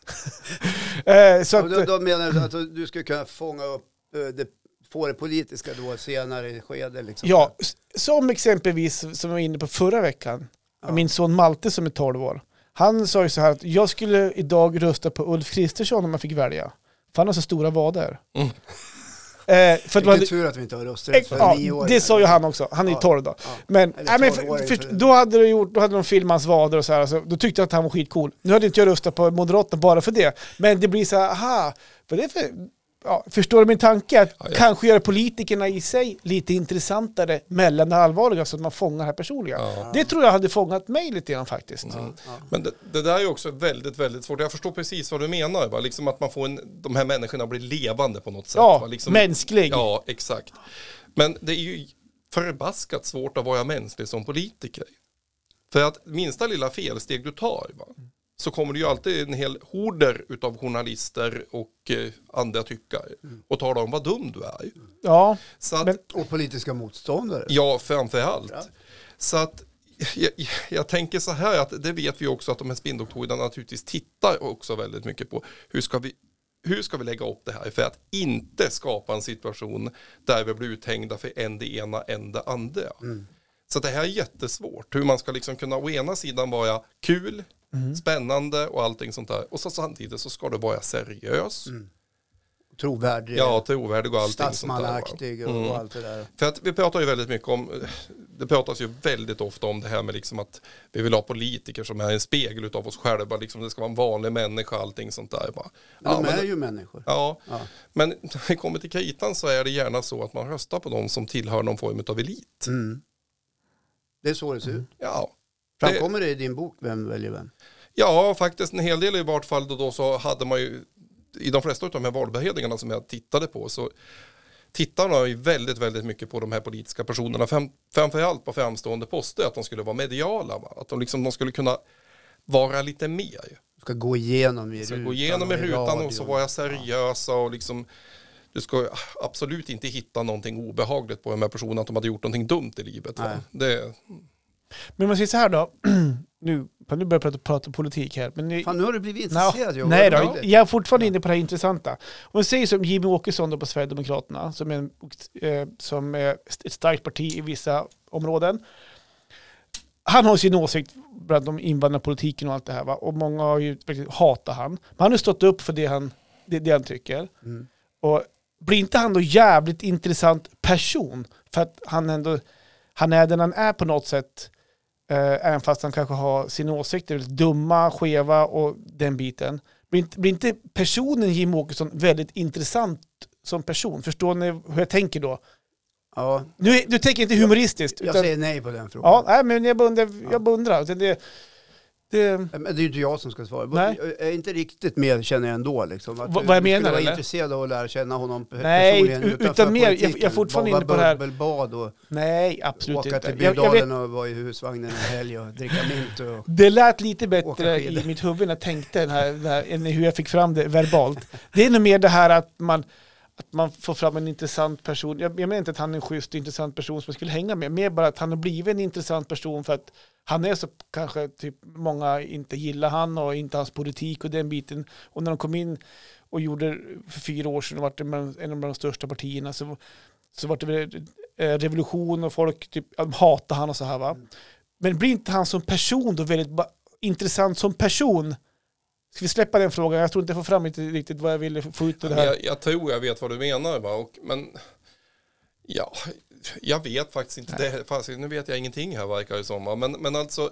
eh, så Ja, att, då, då menar du att du skulle kunna fånga upp eh, det, få det politiska då senare i skede liksom? ja, s- som exempelvis som jag var inne på förra veckan. Ja. Min son Malte som är tolv år. Han sa ju så här att jag skulle idag rösta på Ulf Kristersson om man fick välja. För han har så stora vader. Mm. Eh, för att man, Vilken tur att vi inte har rösträtt för ja, nio år. det sa ju han också. Han är ju Ja. tolv då. Ja. Men, Eller nej, men tolv år för, är för, inte- då hade de gjort, då hade de filmat hans vader och så här. Alltså, då tyckte jag att han var skitcool. Nu hade inte jag röstat på Moderaterna bara för det. Men det blir så här, aha, vad är det för... Ja, förstår du min tanke? Att Ja, ja. kanske göra politikerna i sig lite intressantare mellan det allvarliga så att man fångar det här personliga. Ja. Det tror jag hade fångat mig lite grann faktiskt. Mm. Ja. Men det, det där är ju också väldigt, väldigt svårt. Jag förstår precis vad du menar. Va? Liksom att man får en, de här människorna blir levande på något sätt. Ja, va? Liksom, mänsklig. Ja, exakt. Men det är ju förbaskat svårt att vara mänsklig som politiker. För att minsta lilla felsteg du tar, va? Så kommer det ju alltid en hel horder utav journalister och eh, andra tyckare och talar om vad dum du är. Ja, Så att, men- Och politiska motståndare. ja, framför allt. Ja. Så att jag, jag tänker så här att det vet vi också att de här spindoktorerna naturligtvis tittar också väldigt mycket på hur ska vi hur ska vi lägga upp det här för att inte skapa en situation där vi blir uthängda för en det ena, en det andra. Mm. Så det här är jättesvårt. Hur man ska liksom kunna å ena sidan vara kul, spännande och allting sånt där. Och så samtidigt så ska det vara seriös. Mm. Trovärdig. Ja, trovärdig och allting sånt där. va. Statsmannaaktig och, Mm. och allt det där. För att vi pratar ju väldigt mycket om, det pratas ju väldigt ofta om det här med liksom att vi vill ha politiker som är en spegel utav oss själva, liksom det ska vara en vanlig människa och allting sånt där. Va. Men Ja, de men, är ju människor. ja, Ja. men när det kommer till kritan så är det gärna så att man röstar på de som tillhör någon form av elit. Mm. Det är så det ser ut. Ja. Framkommer det i din bok, Vem väljer vem? Ja, faktiskt en hel del i vart fall då, då så hade man ju i de flesta av de här valberedningarna som jag tittade på så tittar man ju väldigt, väldigt mycket på de här politiska personerna, fram, framförallt på framstående poster, att de skulle vara mediala, va? Att de, liksom, de skulle kunna vara lite mer. Du ska gå igenom i Du ska rutan. gå igenom i och i rutan och radio. så vara seriösa och liksom, du ska absolut inte hitta någonting obehagligt på de här personerna, att de hade gjort någonting dumt i livet. Va? Nej. Det, men man säger så här då. nu, nu börjar jag prata, prata politik här. Men ni, Fan, nu har du blivit Nå, intresserad. Johan. nej då, Ja. jag är fortfarande inne på det här intressanta. Om man säger som Jimmie Åkesson då på Sverigedemokraterna, som är, en, eh, som är ett starkt parti i vissa områden. Han har sin åsikt bland om invandrarpolitiken och allt det här. Va? Och många har ju verkligen hatat han. Men han har stått upp för det han, det, det han tycker. Mm. Och blir inte han då jävligt intressant person? För att han ändå, han är den han är på något sätt. Eh, även fast han kanske har sina åsikter väldigt dumma, skeva och den biten. Blir inte, blir inte personen Jimmie Åkesson väldigt intressant som person? Förstår ni hur jag tänker då? Ja, Nu, du tänker inte humoristiskt. jag utan, säger nej på den frågan. ja, nej, men jag beundrar. Jag beundrar. Det, det, Det... Men det är ju inte jag som ska svara. Nej. Jag är inte riktigt med, känner jag ändå. Liksom, att Va, du, vad jag du menar, skulle vara eller? intresserad av att lära känna honom Nej, personligen. utan, utan mer, jag, jag är fortfarande inne på det här. Bubbelbad och Nej, absolut åka inte. till Jag, jag Bydalen vet, och vara i husvagnen en helg och dricka mint. Och... det lät lite Åka bättre skidor. i mitt huvud när jag tänkte den här, den här, än hur jag fick fram det verbalt. Det är nog mer det här att man, att man får fram en intressant person. Jag, jag menar inte att han är en schysst och intressant person som jag skulle hänga med. Mer bara att han har blivit en intressant person för att han är så kanske typ många inte gillar han och inte hans politik och den biten. Och när de kom in och gjorde för fyra år sedan och var det en av de största partierna så, så var det väl revolution och folk typ hatar han och så här va. Mm. Men blir inte han som person då väldigt ba- intressant som person? Ska vi släppa den frågan? Jag tror inte jag får fram inte riktigt vad jag ville få ut av det här. Jag, jag tror jag vet vad du menar va? Och, men ja, jag vet faktiskt inte Nej. det. Fast, nu vet jag ingenting här verkar det som. Va? Men, men alltså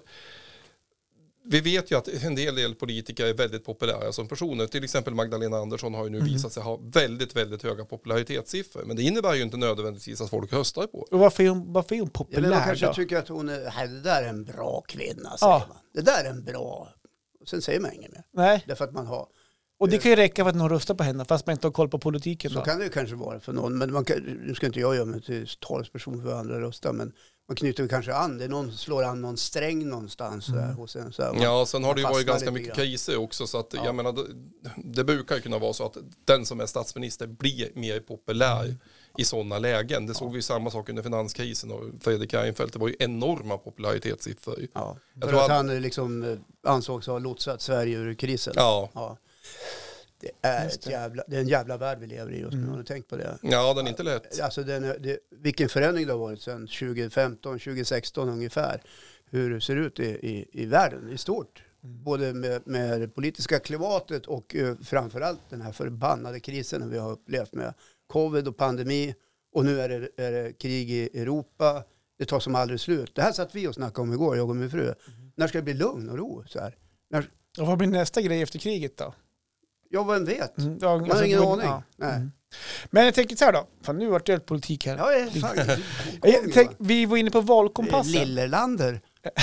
vi vet ju att en del, del politiker är väldigt populära som personer. Till exempel Magdalena Andersson har ju nu mm. visat sig ha väldigt, väldigt höga popularitetssiffror. Men det innebär ju inte nödvändigtvis att folk röstar på. Och varför är hon, varför är hon populär ja, men man kanske då? tycker att hon är, det där är en bra kvinna, säger ja. man. Det där är en bra... Sen säger man inget mer. Nej. Därför att man har... Och det kan ju räcka för att någon röstar på henne fast man inte har koll på politiken. Så då. kan det ju kanske vara för någon. Men man kan, nu ska inte jag göra mig till talesperson för andra röstar, men man knyter ju kanske an. Det är någon slår an någon sträng någonstans. Mm. Där, hos en, så här, ja, sen har det ju varit ganska mycket kriser också. Så att, ja. jag menar, det, det brukar ju kunna vara så att den som är statsminister blir mer populär mm. i sådana lägen. Det såg vi ju samma sak under finanskrisen och Fredrik Reinfeldt. Det var ju enorma popularitetssiffror. Ja, för att han, han liksom ansågs ha lotsat Sverige ur krisen. Ja. ja. Det är, ett jävla, det är en jävla värld vi lever i just nu. Mm. Har du tänkt på det? Ja, den är inte lätt. Alltså den är, det, vilken förändring det har varit sedan tjugo femton tjugo sexton ungefär. Hur det ser ut i, i, i världen i stort. Mm. Både med, med det politiska klimatet och uh, framförallt den här förbannade krisen vi har upplevt med covid och pandemi. Och nu är det, är det krig i Europa. Det tar som aldrig slut. Det här satt vi och snackade om igår, jag och min fru. Mm. När ska det bli lugn och ro? Så här? När... Och vad blir nästa grej efter kriget då? Ja, vem vet? Mm, ja, man har ingen aning. Ja. Nej. Mm. Men jag tänker så här då. Fan, nu har det varit politik här. Ja, jag, fan, jag tänk, vi var inne på valkompassen. Lillelander.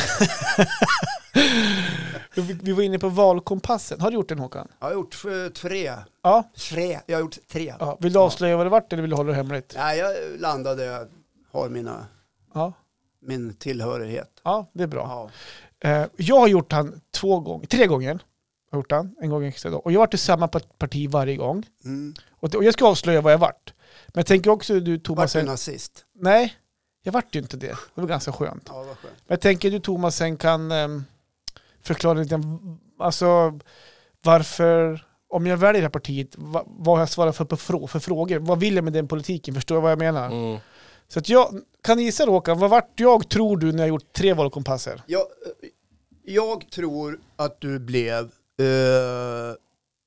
vi, vi var inne på valkompassen. Har du gjort den, Håkan? Jag har gjort tre. Ja. Tre. Jag har gjort tre. Ja. Vill du avslöja ja. vad det vart eller vill du hålla det hemligt? Nej, jag landade. Jag har mina... Ja. Min tillhörighet. Ja, det är bra. Ja. Jag har gjort han två gånger. Tre gånger. Jag har gjort han. En gång extra då. Och jag har varit i samma parti varje gång. Mm. Och, och jag ska avslöja vad jag varit. Men jag tänker också du Thomas... Vart du nazist? Nej, jag vart ju inte det. Det var ganska skönt. Ja, vad skönt. Men jag tänker du Thomas sen kan um, förklara lite alltså varför, om jag väljer det här partiet, vad, vad jag svarar för, på frå, för frågor. Vad vill jag med den politiken? Förstår jag vad jag menar? Mm. Så att jag kan gissa Håkan, vad vart jag tror du när jag gjort tre valkompasser? Jag, jag tror att du blev uh,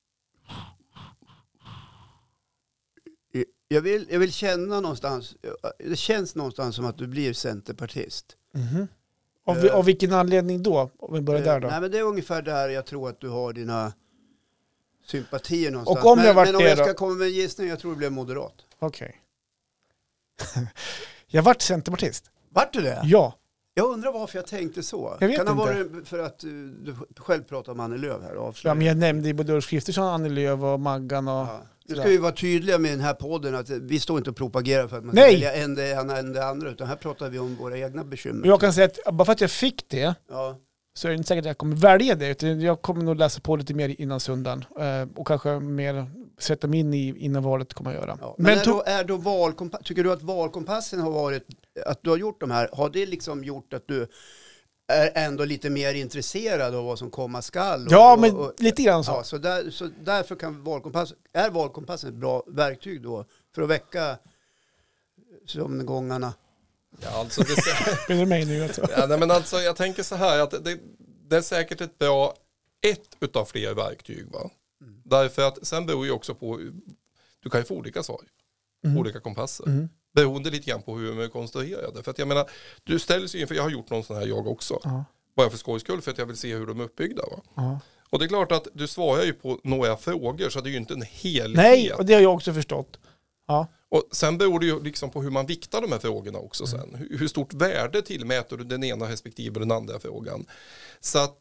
jag, vill, jag vill känna någonstans, det känns någonstans som att du blir centerpartist. Mm-hmm. Av, uh, av vilken anledning då? Om vi börjar uh, där då? Nej, men det är ungefär där jag tror att du har dina sympatier någonstans. Och om men jag, men om jag ska då? komma med en gissning, jag tror det blev moderat. Okej. Okay. Jag vart centerpartist. Vart du det? Ja. Jag undrar varför jag tänkte så. Jag vet kan det inte. vara för att du, du själv pratar om Annie Lööf här? Ja, men jag nämnde i både Ulf Kristersson, Annie Lööf och Maggan. Och ja. Nu ska vi vara tydliga med den här podden att vi står inte och propagerar för att man ska välja en det ena än det andra, utan här pratar vi om våra egna bekymmer. Jag kan säga att bara för att jag fick det ja. så är det inte säkert att jag kommer välja det, utan jag kommer nog läsa på lite mer innan söndagen och kanske mer sätta mig in i innan valet kommer jag göra. Ja. Men, men är, då, är då valkompass, tycker du att valkompassen har varit, att du har gjort de här, har det liksom gjort att du är ändå lite mer intresserad av vad som komma skall? Och, ja, men och, och, lite grann så. Ja, så, där, så därför kan valkompass, är valkompassen ett bra verktyg då för att väcka sömngångarna? Ja, alltså det är det mig nu alltså. Ja, nej, men alltså jag tänker så här att det, det är säkert ett bra ett utav fler verktyg va. Mm. Därför att sen beror ju också på, du kan ju få olika svar, mm. olika kompasser. Mm. Beroende lite grann på hur man är konstruerade. För att jag menar, du ställer sig inför, jag har gjort någon sån här jag också. Uh-huh. Bara för skojs skull, för att jag vill se hur de är uppbyggda va. Uh-huh. Och det är klart att du svarar ju på några frågor så det är ju inte en helhet. Nej, och det har jag också förstått. Ja. Och sen beror det ju liksom på hur man viktar de här frågorna också sen. Mm. Hur, hur stort värde tillmäter du den ena respektive den andra frågan. Så att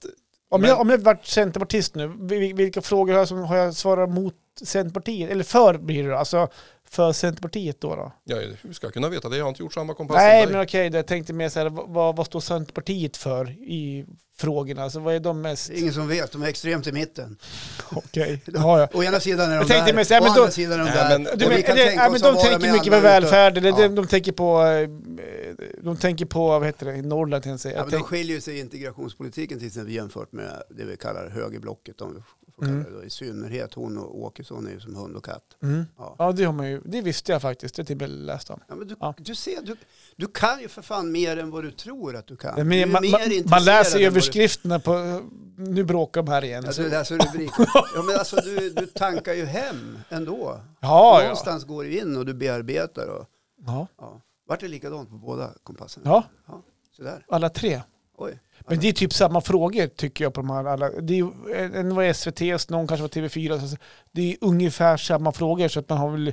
Om, Men- jag, om jag varit centerpartist nu, vil- vilka frågor har jag, som, har jag svarat mot Centerpartiet? Eller för blir det då? Alltså för Centerpartiet då? då? Ja, hur ska jag kunna veta det? Jag har inte gjort samma kompass Nej, som dig. men okej, jag tänkte mer så här, vad, vad står Centerpartiet för i frågorna? Alltså vad är de mest... Det är ingen som vet, de är extremt i mitten. Okej, ja, ja. Å ena sidan är de Jag tänkte där, mig så här, å men andra då- sidan är de Nej, där. men- Och Du vi men, kan eller, tänka ja, oss men att de vara tänker med mycket andra på utav- välfärd, eller Ja. de, de tänker på, eh, de tänker på, vad heter det, i Norrland tänkte jag säga. Ja, Jag men de tänk, skiljer sig i integrationspolitiken till exempel jämfört med det vi kallar högerblocket. Om vi får kalla Mm. det då. I synnerhet hon och Åkesson är ju som hund och katt. mm. Ja. Ja, det har man ju, det visste jag faktiskt, det till och med läst om. Ja, men du, Ja. du ser, du, du kan ju för fan mer än vad du tror att du kan. Men, du är man, mer man, intresserad man läser än vad du- överskrifterna på, nu bråkar de här igen. Ja, Så- du läser rubriker. Ja, men alltså, du, du tankar ju hem ändå. Ja, ja. Någonstans går du in och du bearbetar. Och, Ja. ja. Vart det likadant på båda kompasserna? Ja, Ja, sådär. alla tre. Oj. Men det är typ samma frågor tycker jag på de här alla. Det är ju, en var S V T, någon kanske var T V fyra. Så det är ungefär samma frågor så att man har väl,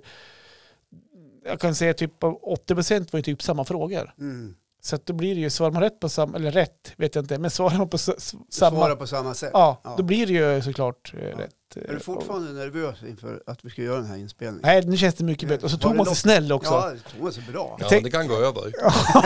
jag kan säga typ åttio procent var ju typ samma frågor. Mm. Så att då blir det ju, svarar man rätt på samma, eller rätt vet jag inte, men svarar man på s- s- Du svarar samma, på samma sätt. ja, Ja. då blir det ju såklart eh, Ja. rätt. Är du fortfarande nervös inför att vi ska göra den här inspelningen? Nej, nu känns det mycket bättre. Och så Var det Thomas är något- snäll också. Ja, Thomas är bra. Ja, Tänk- det kan gå över.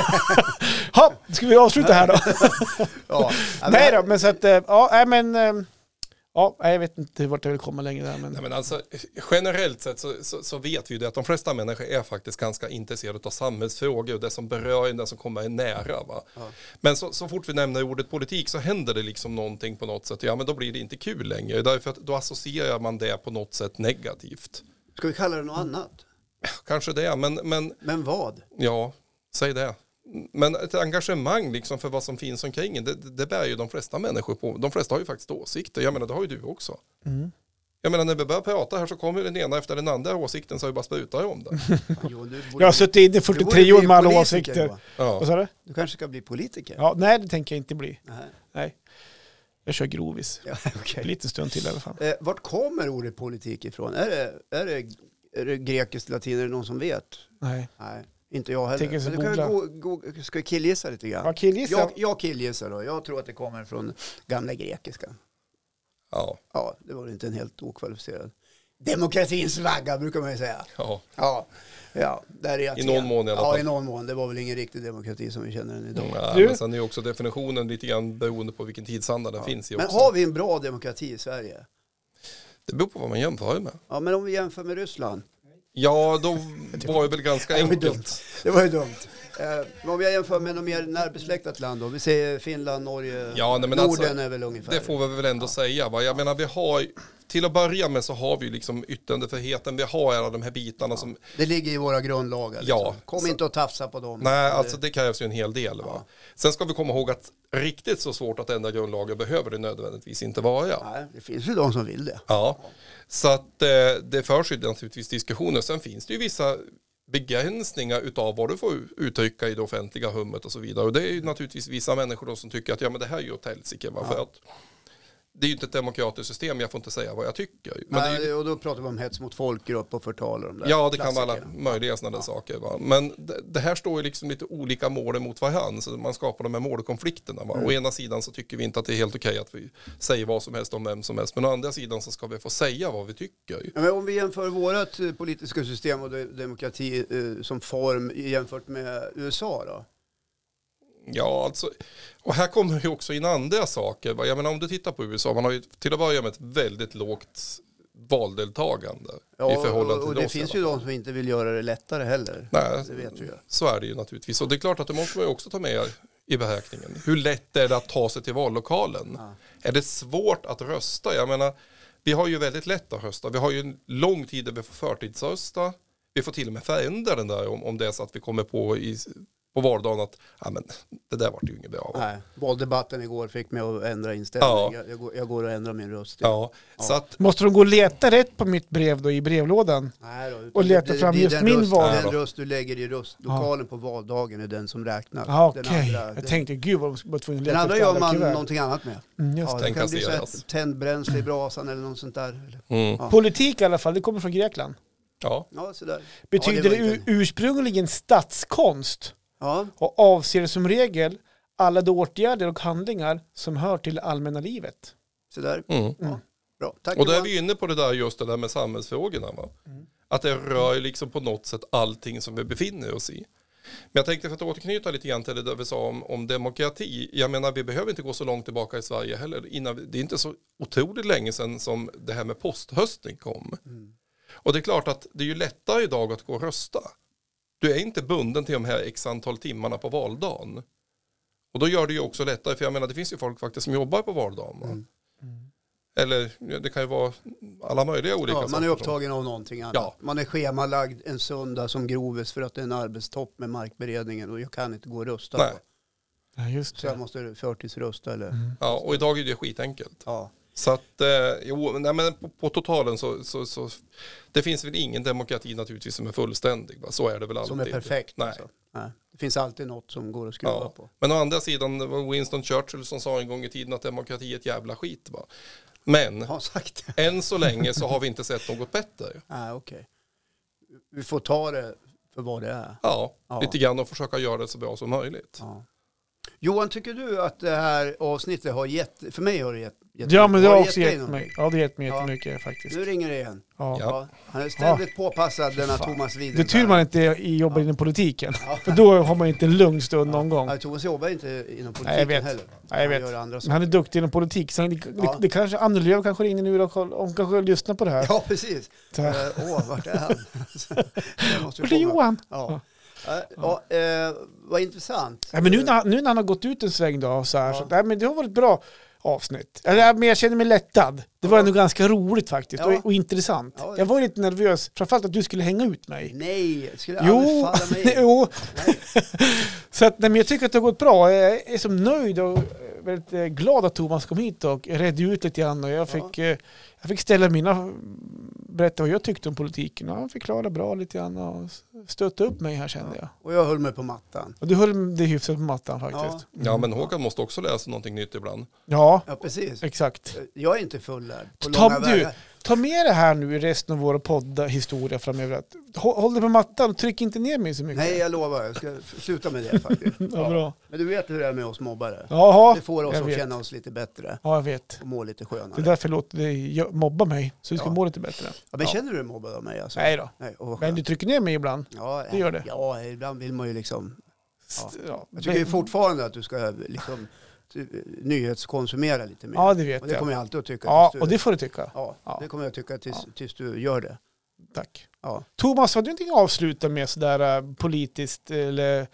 Ha, ska vi avsluta här då? Ja. Ja, Nej men- då, men så att, eh, ja, nej, men, eh, ja, nej, jag vet inte vart jag vill komma längre där. Men, Nej, men alltså, generellt sett så, så, så vet vi ju det att de flesta människor är faktiskt ganska intresserade av samhällsfrågor och det som berör en, det som kommer en nära. Va? Ja. Men så, så fort vi nämner ordet politik så händer det liksom någonting på något sätt. Ja, men då blir det inte kul längre. Därför att då associerar man det på något sätt negativt. Ska vi kalla det något annat? Kanske det, men, men Men vad? ja, säg det. Men ett engagemang liksom för vad som finns omkring en, det, det bär ju de flesta människor på. De flesta har ju faktiskt åsikter. Jag menar, det har ju du också. mm. Jag menar, när vi börjar prata här så kommer den ena efter den andra åsikten så har vi bara sprutar om det. Jo, du borde, Jag har suttit inne i du borde fyrtiotre år bli med alla politiker, åsikter. va? Ja. Vad sa du? Du kanske ska bli politiker? Ja, nej, det tänker jag inte bli. Nej. Nej. Jag kör grovis. Ja, okej. En liten stund till i alla fall. Eh, vart kommer ordet politik ifrån? Är det, är det, är det grekiskt, latin? Är det någon som vet? Nej. Nej, inte jag heller. Tänker så Men du kan googla. ju gå, gå, ska jag killgissa lite grann? Ja, killgissa. Jag, jag killgissar då. Jag tror att det kommer från gamla grekiska. Ja. Ja, det var inte en helt okvalificerad. Demokratins vagga brukar man ju säga. Ja. Ja, ja där är Aten. I någon mån i alla Ja, fall. i någon mån. Det var väl ingen riktig demokrati som vi känner den idag. Ja, Du- men sen är ju också definitionen lite grann beroende på vilken tidsanda den finns i Men också. har vi en bra demokrati i Sverige? Det beror på vad man jämför med. Ja, men om vi jämför med Ryssland. Ja, då var det väl ganska Det var ju dumt. enkelt. Det var ju dumt. Eh, men om jag jämför med något mer närbesläktat land då. Vi säger Finland, Norge, Ja, nej, men Norden alltså, är väl ungefär. Det får vi väl ändå säga. Va? Jag menar, vi har, till att börja med så har vi liksom yttrandefriheten. Vi har alla de här bitarna som, Det ligger i våra grundlagar. Liksom. Ja, Kom så- inte att tafsa på dem. nej, alltså det krävs ju en hel del. Va? Ja. Sen ska vi komma ihåg att riktigt så svårt att ändra grundlagen behöver det nödvändigtvis inte vara. Nej, det finns ju de som vill det. Ja, så att eh, det förs ju naturligtvis diskussioner. Sen finns det ju vissa begränsningar utav vad du får uttrycka i det offentliga rummet och så vidare. Och det är ju naturligtvis vissa människor då som tycker att ja, men det här är ju åt helsike. Va? Ja. För att det är ju inte ett demokratiskt system, jag får inte säga vad jag tycker. Men det är Nej, ju, och då pratar vi om hets mot folkgrupp och förtal och de där ja, det kan vara alla klassikerna. möjliga sådana där saker. Va? Men det, det här står ju liksom lite olika mål mot varandra. Så man skapar de här målkonflikterna. Va? Mm. Å ena sidan så tycker vi inte att det är helt okej att vi säger vad som helst om vem som helst. Men å andra sidan så ska vi få säga vad vi tycker. Ja, men om vi jämför vårt eh, politiska system och de- demokrati eh, som form jämfört med U S A då? Ja, alltså, och här kommer ju också in andra saker. Va? Jag menar, om du tittar på U S A, man har ju till att börja med ett väldigt lågt valdeltagande Ja, i förhållande och, till och det oss. finns i ju alla fall. de som inte vill göra det lättare heller. Nej, Det vet vi ju. så är det ju naturligtvis. Och det är klart att det måste man ju också ta med i beräkningen. Hur lätt är det att ta sig till vallokalen? Ja. Är det svårt att rösta? Jag menar, vi har ju väldigt lätt att rösta. Vi har ju en lång tid där vi får förtidsrösta. Vi får till och med förändra den där om, om det är så att vi kommer på i, på valdagen att ja, men, det där var ju inget bra. Va? Nej, valdebatten igår fick mig att ändra inställning. Ja. Jag, jag, går, jag går och ändrar min röst. Ja, så att Måste de gå och leta rätt på mitt brev då i brevlådan? Nej då, utan Och leta det- fram det är just den min röst, val. Den röst du lägger i röstlokalen på valdagen är den som räknas. Ja, Den okej. andra- Jag den- tänkte, gud vad jag var tvungen att Den leta andra efter gör alla man kuvert. någonting annat med. Mm, just Ja, det. det Den kan bli så här kasseras. tändbränsle i brasan eller något sånt där. Eller- mm, Ja. Politik i alla fall, det kommer från Grekland. ja. Ja, sådär. Betyder Ja, det, det var u- inte- ursprungligen statskonst Ja, och avser som regel alla de åtgärder och handlingar som hör till det allmänna livet. Så där. Mm. Ja, bra. Tack, Och då är Johan. vi inne på det där just det där med samhällsfrågorna. Va? Mm. Att det rör liksom på något sätt allting som vi befinner oss i. Men jag tänkte för att återknyta lite grann till det där vi sa om, om demokrati. Jag menar, vi behöver inte gå så långt tillbaka i Sverige heller. Innan vi, det är inte så otroligt länge sedan som det här med posthöstning kom. Mm. Och det är klart att det är ju lättare idag att gå och rösta. Du är inte bunden till de här x antal timmarna på valdagen. Och då gör det ju också lättare, för jag menar det finns ju folk faktiskt som jobbar på valdagen. Mm. Eller ja, det kan ju vara alla möjliga olika Ja, man är saker. upptagen av någonting annat. Ja. Man är schemalagd en söndag som groves för att det är en arbetstopp med markberedningen och jag kan inte gå och rösta. Nej. Då. Ja, just Så jag det. måste förtidsrösta eller... Mm. Ja, och idag är det skitenkelt. Ja. Så att, eh, jo, nej, men på, på totalen så, så, så, det finns väl ingen demokrati naturligtvis som är fullständig. Va? Så är det väl alltid. Som är perfekt. Nej. Alltså. Nej. Det finns alltid något som går att skruva Ja. på. Men å andra sidan, det var Winston Churchill som sa en gång i tiden att demokrati är ett jävla skit. Va? Men Jag har sagt det. än så länge så har vi inte sett något bättre. Nej, okej. Vi får ta det för vad det är. Ja, Ja. lite grann och försöka göra det så bra som möjligt. Ja. Johan, tycker du att det här avsnittet har gett... För mig har det gett... gett Ja, men det har det också dig gett någonting? mig. Ja, det har gett mig Ja. jättemycket faktiskt. Nu ringer det igen. Ja. Ja. Ja. Han är ständigt påpassad, denna fan. Thomas Det är Widenberg. tur man inte jobbar inom politiken. Ja. För då har man inte en lugn stund någon gång. Nej, Thomas jobbar inte inom politiken Nej, jag vet. heller. Nej, jag Han vet. gör andra Men saker. han är duktig inom politik. Så det, det, Ja. det kanske, Annie Lööf kanske ringer nu och koll- om kanske lyssnar på det här. Ja, precis. Så Åh, här. uh, vart är han? Jag måste Var det komma. Johan? Ja. Ja. Ja, eh, vad intressant. Nej, men nu, när, nu när han har gått ut en sväng då, så här, Ja. så, nej, men det har varit ett bra avsnitt. Eller, men jag känner mig lättad. Det var Ja. ändå ganska roligt faktiskt Ja. och, och intressant. Ja. Jag var lite nervös, framförallt att du skulle hänga ut mig. Nej, det skulle Jo, aldrig falla mig in. jo. Nej. Så att, nej, men jag tycker att det har gått bra. Jag är som nöjd och väldigt eh, glad att Thomas kom hit och redde ut lite grann. Och jag, fick, eh, jag fick ställa mina, berätta vad jag tyckte om politiken. Och han förklarade bra lite grann och stötte upp mig här, kände jag. Och jag höll mig på mattan. Och du höll det hyfsat på mattan faktiskt. Ja, men Håkan måste också läsa någonting nytt ibland. Ja, Ja, precis. exakt. Jag är inte fullärd på Ta, långa du, vägar. ta med det här nu i resten av våra poddhistoria framöver. Att, hå- håll dig på mattan och tryck inte ner mig så mycket. Nej, jag lovar. Jag ska sluta med det faktiskt. Ja, bra. Men du vet hur det är med oss mobbare. Jaha, Det får oss jag att vet. känna oss lite bättre Ja, jag vet. och må lite Det är skönare. därför jag låter dig gö- mobba mig, så du ska Ja. må lite bättre. Ja, men känner du dig mobbad av mig? Alltså? Nej då. Nej, åh, vad Men skönt. du trycker ner mig ibland. Ja, det gör det. Ja, ibland vill man ju liksom... Ja. Ja, Jag tycker ju fortfarande att du ska liksom ty- nyhetskonsumera lite mer. ja, det vet Och det jag. kommer jag alltid att tycka. Ja, tills du, och det får du tycka. ja, Ja. det kommer jag tycka tills, Ja. tills du gör det. Tack. Ja. Thomas, har du någonting att avsluta med sådär äh, politiskt eller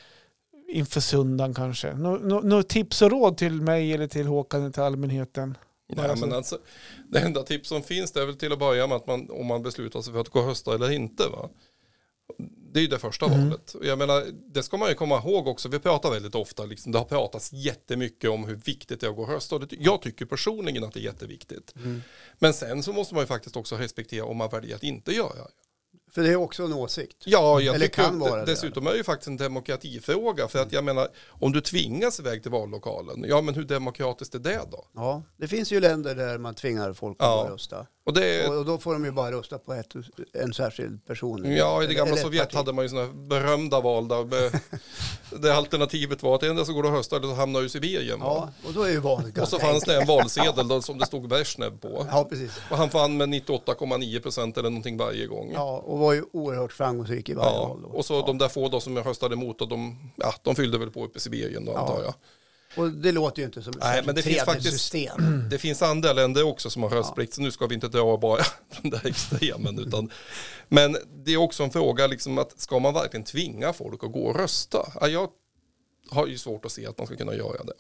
inför söndagen kanske? Nå- nå- Några tips och råd till mig eller till Håkan eller till allmänheten? Nej, Alltså- men alltså, det enda tips som finns det är väl till att börja med att man, om man beslutar sig för att gå och rösta eller inte. Va? Det är ju det första Mm. valet. Och jag menar, det ska man ju komma ihåg också. Vi pratar väldigt ofta, liksom, det har pratats jättemycket om hur viktigt det är att gå och rösta. Och det, ty- jag tycker personligen att det är jätteviktigt. Mm. Men sen så måste man ju faktiskt också respektera om man väljer att inte göra det. För det är också en åsikt. Ja, jag Eller tycker kan att vara det, det. dessutom är det ju faktiskt en demokratifråga. För att jag menar, om du tvingas iväg till vallokalen, ja men hur demokratiskt är det då? Ja, det finns ju länder där man tvingar folk att Ja. gå och rösta. Och det är, Och, och då får de ju bara rösta på ett, en särskild person. ja, i det Eller- gamla eller ett Sovjet parti. hade man ju sådana här berömda val där be- det alternativet var att en så går du och röstar eller så hamnar du i Sibirien. va? Ja, och då är ju valet Och ganska så fanns enkelt. det en valsedel då, som det stod Brezhnev på. Ja, precis. Och han fann med nittioåtta komma nio procent eller någonting varje gång. Ja, och var ju oerhört framgångsrik i varje Ja, val. Då. och så ja. de där få då som jag röstade emot, och de, ja, de fyllde väl på uppe i Sibirien då, Ja. antar jag. Och det låter ju inte som ett Nej, särskilt men det finns trevligt faktiskt- system. Det finns andra länder också som har röstplikt, så nu ska vi inte dra bara den där extremen. Utan, men det är också en fråga, liksom, att ska man verkligen tvinga folk att gå och rösta? Ja, jag har ju svårt att se att man ska kunna göra det.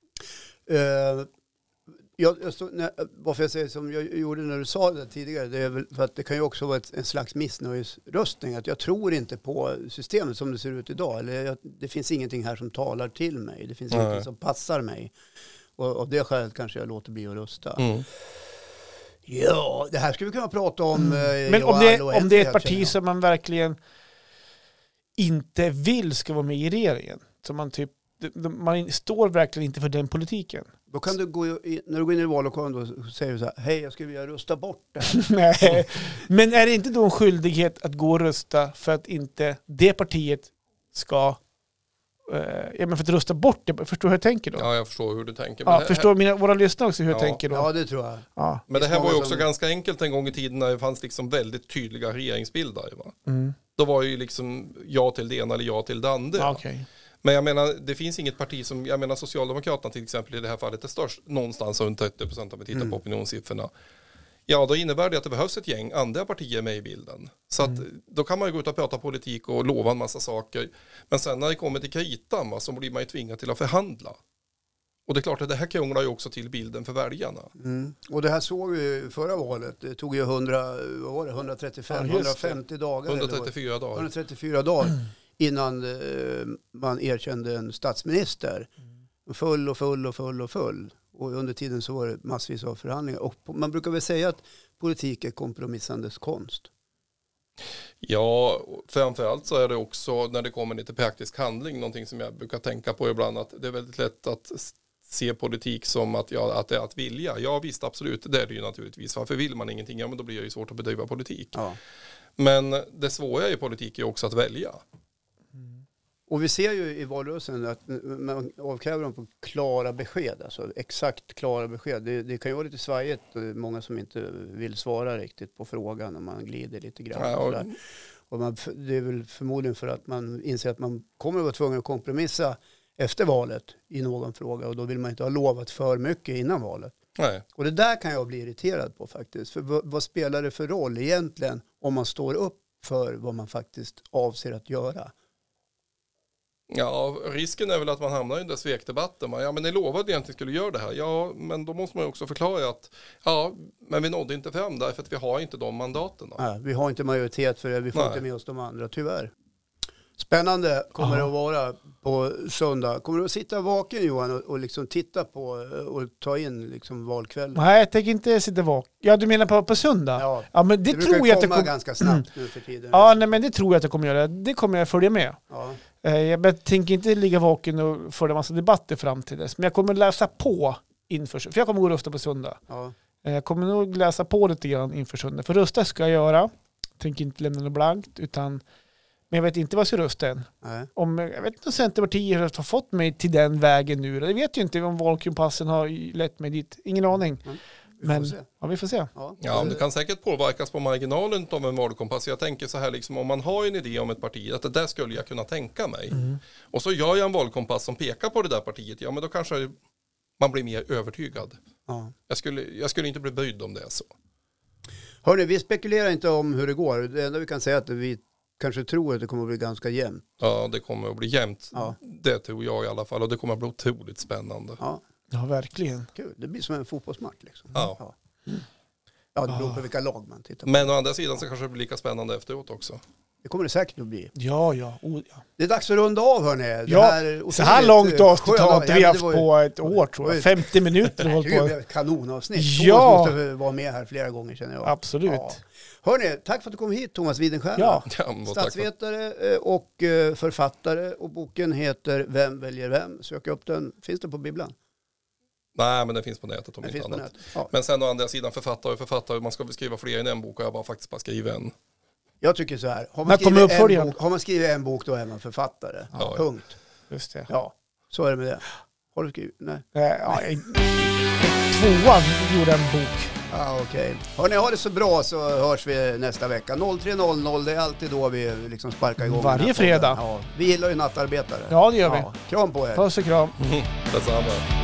Uh, jag, jag stod, när, varför jag säger som jag gjorde när du sa det tidigare, det är väl för att det kan ju också vara ett, en slags missnöjesröstning. Att jag tror inte på systemet som det ser ut idag. Eller jag, det finns ingenting här som talar till mig. Det finns Nej. ingenting som passar mig. Och av det skälet kanske jag låter bli att rösta. Mm. Ja, det här skulle vi kunna prata om. Mm. Men om det, om det är ett parti som man verkligen inte vill ska vara med i regeringen, så man typ man står verkligen inte för den politiken. Då kan du gå in, när du går in i vallokalen då säger du så här: hej, jag skulle vilja rösta bort det här. Nej, men är det inte då en skyldighet att gå och rösta för att inte det partiet ska ja, men för att rösta bort det. Förstår du hur jag tänker då? Ja, jag förstår hur du tänker. Ja, Men förstår mina, våra lyssnare också hur Ja. jag tänker då? Ja, det tror jag. Ja. Men det här var ju också som... ganska enkelt en gång i tiden när det fanns liksom väldigt tydliga regeringsbildare. Va? Mm. Då var ju liksom ja till det ena eller ja till det andra. Ja, okay. Men jag menar, det finns inget parti som, jag menar Socialdemokraterna till exempel i det här fallet är störst, någonstans runt trettio procent om vi tittar mm. på opinionssiffrorna. Ja, då innebär det att det behövs ett gäng andra partier med i bilden. Så mm. att då kan man ju gå ut och prata politik och lova en massa saker. Men sen när det kommer till kritan så blir man ju tvingad till att förhandla. Och det är klart att det här krånglar ju också till bilden för väljarna. Mm. Och det här såg vi förra valet. Det tog ju hundra, vad var det, hundratrettiofem, ja, hundrafemtio dagar. hundratrettiofyra dagar. hundratrettiofyra dagar innan eh, man erkände en statsminister. Mm. Full och full och full och full. Och under tiden så var det massvis av förhandlingar. Och man brukar väl säga att politik är kompromissandes konst. Ja, framförallt så är det också när det kommer lite praktisk handling någonting som jag brukar tänka på ibland, att det är väldigt lätt att se politik som att, ja, att det är att vilja. Ja visst, absolut, det är det ju naturligtvis. Varför vill man ingenting? Ja, men då blir det ju svårt att bedriva politik. Ja. Men det svåra i politik är också att välja. Mm. Och vi ser ju i valrörelsen att man avkräver dem på klara besked, alltså exakt klara besked. Det, det kan ju vara lite svajigt, många som inte vill svara riktigt på frågan och man glider lite grann. Ja, och och man, det är väl förmodligen för att man inser att man kommer att vara tvungen att kompromissa efter valet i någon fråga, och då vill man inte ha lovat för mycket innan valet. Nej. Och det där kan jag bli irriterad på faktiskt. För vad, vad spelar det för roll egentligen om man står upp för vad man faktiskt avser att göra? Ja, risken är väl att man hamnar i den där svekdebatten. Ja, men ni lovade egentligen skulle göra det här. Ja, men då måste man också förklara att ja, men vi nådde inte fram där för att vi har inte de mandaten. Nej, vi har inte majoritet för det. Vi får Nej. inte med oss de andra, tyvärr. Spännande kommer Aha. det att vara på söndag. Kommer du att sitta vaken, Johan, och, och liksom titta på och ta in liksom valkvällen? Nej, jag tänker inte sitta vaken. Ja, du menar på, på söndag? Ja, ja men det, det tror jag att det kommer ganska snabbt nu för tiden. Ja, nej, men det tror jag att jag kommer göra. Det kommer jag följa med. Ja. Jag tänker inte ligga vaken och föra en massa debatter fram till dess. Men jag kommer läsa på inför, för jag kommer gå och rösta på söndag. Ja. Jag kommer nog läsa på lite grann inför söndag. För rösta ska jag göra. Tänker inte lämna något blankt, utan men jag vet inte vad jag ska rösta än. Nej. Om, jag vet inte om Centerpartiet har fått mig till den vägen nu. Jag vet ju inte om valkompassen har lett mig dit. Ingen aning. Mm. Vi men får se. Ja, vi får se. Ja, ja, det kan säkert påverkas på marginalen av en valkompass. Jag tänker så här, liksom, om man har en idé om ett parti, att det där skulle jag kunna tänka mig. Mm. Och så gör jag en valkompass som pekar på det där partiet. Ja, men då kanske man blir mer övertygad. Ja. Jag, skulle, jag skulle inte bli brydd om det är så. Hörrni, vi spekulerar inte om hur det går. Det enda vi kan säga är att vi kanske tror att det kommer att bli ganska jämnt. Ja, det kommer att bli jämnt. Ja. Det tror jag i alla fall. Och det kommer att bli otroligt spännande. Ja, ja verkligen. Kul. Det blir som en fotbollsmatch liksom. Ja. Ja, ja det beror på vilka lag man tittar på. Men å andra sidan så kanske det blir lika spännande efteråt också. Det kommer det säkert att bli. Ja, ja. Oh, ja. Det är dags för att runda av, hörni. Det ja, här så här långt avsnitt har inte vi ja, haft ju, på ett år, tror jag. femtio minuter. Det är ju ett kanonavsnitt. Ja. Thomas måste vara med här flera gånger, känner jag. Absolut. Ja. Hörni, tack för att du kom hit, Thomas Widenstjärna. Ja. Ja, statsvetare och författare. Och boken heter Vem väljer vem? Sök upp den. Finns det på bibblan? Nej, men det finns på nätet om det inte annat. Ja. Men sen å andra sidan författare och författare, man ska beskriva fler än en bok och jag bara faktiskt bara skriva en. Jag tycker så här, har man, skrivit en bok, har man skrivit en bok då är man författare. Ja, punkt. Just det. Ja, så är det med det. Har du skrivit? Nej. Ja, tvåan gjorde en bok. Ja, okej. Okay. Hörrni, ha det så bra så hörs vi nästa vecka. noll tre noll noll, det är alltid då vi liksom sparkar igång. Varje fredag. Ja, vi gillar ju nattarbetare. Ja, det gör vi. Ja, kram på er. Puss och kram. Detsamma.